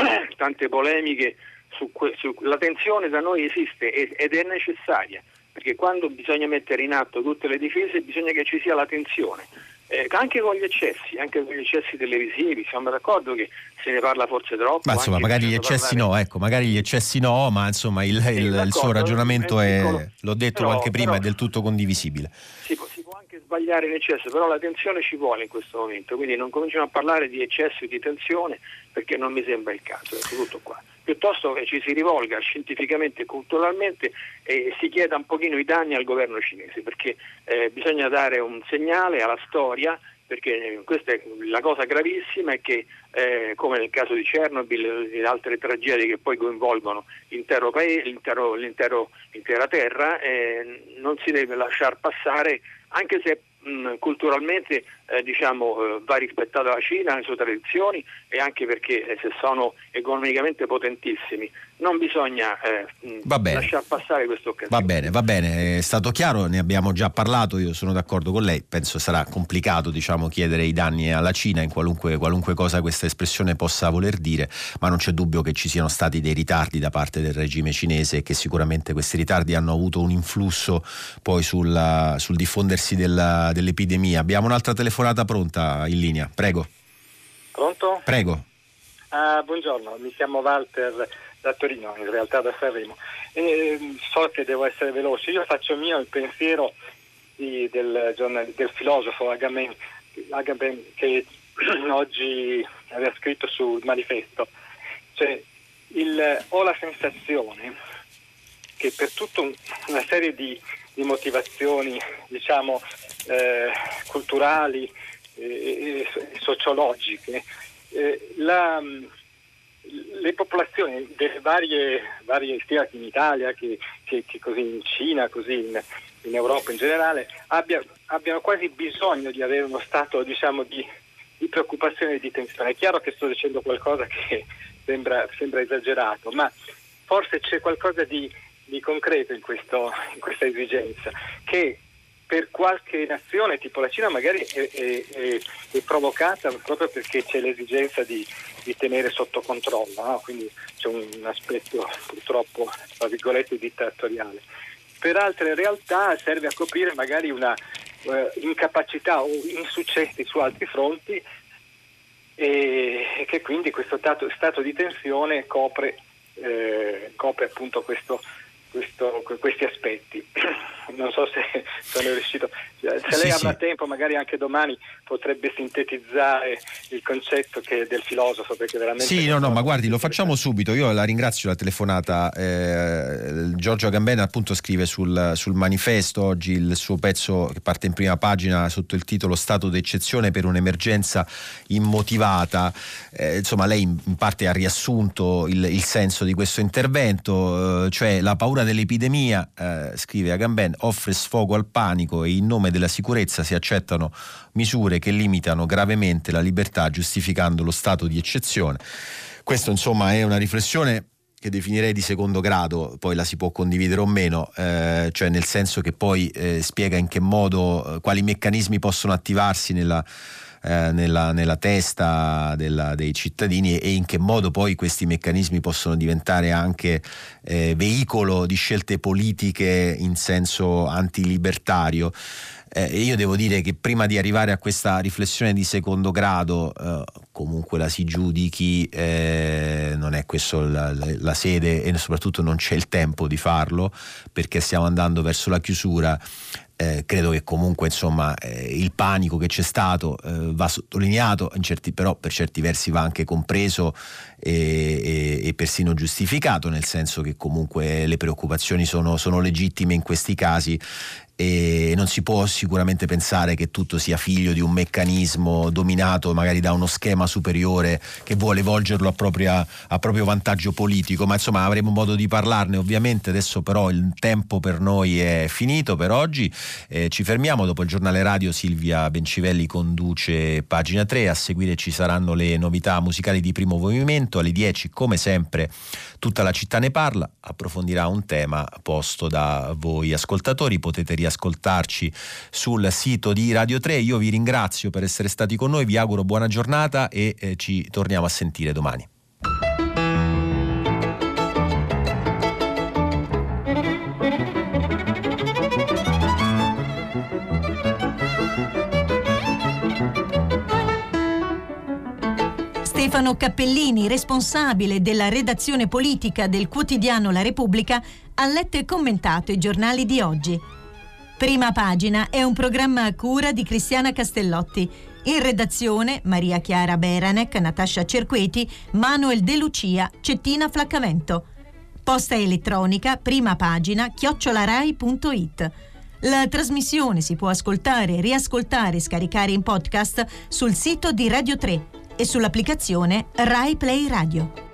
tante polemiche su, que- su la tensione da noi esiste ed è necessaria, perché quando bisogna mettere in atto tutte le difese bisogna che ci sia la tensione, eh, anche con gli eccessi, anche con gli eccessi televisivi. Siamo d'accordo che se ne parla forse troppo. Ma insomma, magari gli eccessi parlare... no, ecco, magari gli eccessi no, ma insomma il, il, il suo ragionamento è, è l'ho detto però, anche prima, però, è del tutto condivisibile. Si può, si può anche sbagliare in eccesso, però la tensione ci vuole in questo momento, quindi non cominciamo a parlare di eccesso e di tensione, perché non mi sembra il caso, è tutto qua. Piuttosto che ci si rivolga scientificamente e culturalmente e si chieda un pochino i danni al governo cinese, perché eh, bisogna dare un segnale alla storia, perché questa è la cosa gravissima, è che eh, come nel caso di Chernobyl e altre tragedie che poi coinvolgono l'intero paese, l'intero, l'intero, l'intera terra, eh, non si deve lasciar passare, anche se mh, culturalmente eh, diciamo eh, va rispettata la Cina, le sue tradizioni, e anche perché eh, se sono economicamente potentissimi non bisogna eh, mh, lasciar passare questa occasione. Va bene, va bene, è stato chiaro, ne abbiamo già parlato, io sono d'accordo con lei, penso sarà complicato diciamo chiedere i danni alla Cina in qualunque, qualunque cosa questa espressione possa voler dire, ma non c'è dubbio che ci siano stati dei ritardi da parte del regime cinese e che sicuramente questi ritardi hanno avuto un influsso poi sul, sul diffondersi della, dell'epidemia. Abbiamo un'altra telefonata pronta in linea, prego. Pronto? Prego. Ah, buongiorno, mi chiamo Walter da Torino, in realtà da Sanremo. E so che devo essere veloce, io faccio mio il pensiero di, del, giornal, del filosofo Agamben, Agamben che oggi aveva scritto sul manifesto. Cioè, il, ho la sensazione che per tutta un, una serie di, di motivazioni, diciamo, eh, culturali e, e sociologiche, eh, la le popolazioni delle varie, varie sia in Italia che, che, che così in Cina, così in, in Europa in generale, abbia, abbiano quasi bisogno di avere uno stato diciamo di, di preoccupazione e di tensione. È chiaro che sto dicendo qualcosa che sembra, sembra esagerato, ma forse c'è qualcosa di, di concreto in, questo, in questa esigenza, che per qualche nazione tipo la Cina magari è, è, è, è provocata proprio perché c'è l'esigenza di, di tenere sotto controllo, no? Quindi c'è un aspetto purtroppo, tra virgolette, dittatoriale. Per altre realtà serve a coprire magari una eh, incapacità o insuccessi su altri fronti, e, e che quindi questo stato, stato di tensione copre, eh, copre appunto questo Questo, questi aspetti. Non so se sono riuscito, se sì, lei sì. avrà tempo magari anche domani potrebbe sintetizzare il concetto che del filosofo, perché veramente sì no no ma guardi, lo facciamo subito. Io la ringrazio la telefonata. eh, Giorgio Agamben appunto scrive sul, sul manifesto oggi il suo pezzo che parte in prima pagina sotto il titolo Stato d'eccezione per un'emergenza immotivata. eh, insomma lei in parte ha riassunto il, il senso di questo intervento, eh, cioè la paura dell'epidemia, eh, scrive Agamben, offre sfogo al panico e in nome della sicurezza si accettano misure che limitano gravemente la libertà giustificando lo stato di eccezione. Questo insomma è una riflessione che definirei di secondo grado, poi la si può condividere o meno, eh, cioè nel senso che poi eh, spiega in che modo, eh, quali meccanismi possono attivarsi nella Eh, nella, nella testa della, dei cittadini e in che modo poi questi meccanismi possono diventare anche eh, veicolo di scelte politiche in senso antilibertario. Eh, io devo dire che prima di arrivare a questa riflessione di secondo grado, eh, comunque la si giudichi, eh, non è questa la, la, la sede e soprattutto non c'è il tempo di farlo perché stiamo andando verso la chiusura. Eh, credo che comunque insomma eh, il panico che c'è stato eh, va sottolineato, in certi, però per certi versi va anche compreso e, e, e persino giustificato, nel senso che comunque le preoccupazioni sono, sono legittime in questi casi, e non si può sicuramente pensare che tutto sia figlio di un meccanismo dominato magari da uno schema superiore che vuole volgerlo a, propria, a proprio vantaggio politico, ma insomma avremo modo di parlarne ovviamente. Adesso però il tempo per noi è finito per oggi, eh, ci fermiamo. Dopo il giornale radio Silvia Bencivelli conduce Pagina tre, a seguire ci saranno le novità musicali di Primo Movimento, alle dieci come sempre Tutta la città ne parla, approfondirà un tema posto da voi ascoltatori. Potete riascoltarci sul sito di Radio tre. Io vi ringrazio per essere stati con noi, vi auguro buona giornata e eh, ci torniamo a sentire domani. Stefano Cappellini, responsabile della redazione politica del quotidiano La Repubblica, ha letto e commentato i giornali di oggi. Prima Pagina è un programma a cura di Cristiana Castellotti. In redazione Maria Chiara Beranec, Natascia Cerqueti, Manuel De Lucia, Cettina Flaccamento. Posta elettronica primapagina chiocciolarai punto it. La trasmissione si può ascoltare, riascoltare e scaricare in podcast sul sito di Radio tre e sull'applicazione Rai Play Radio.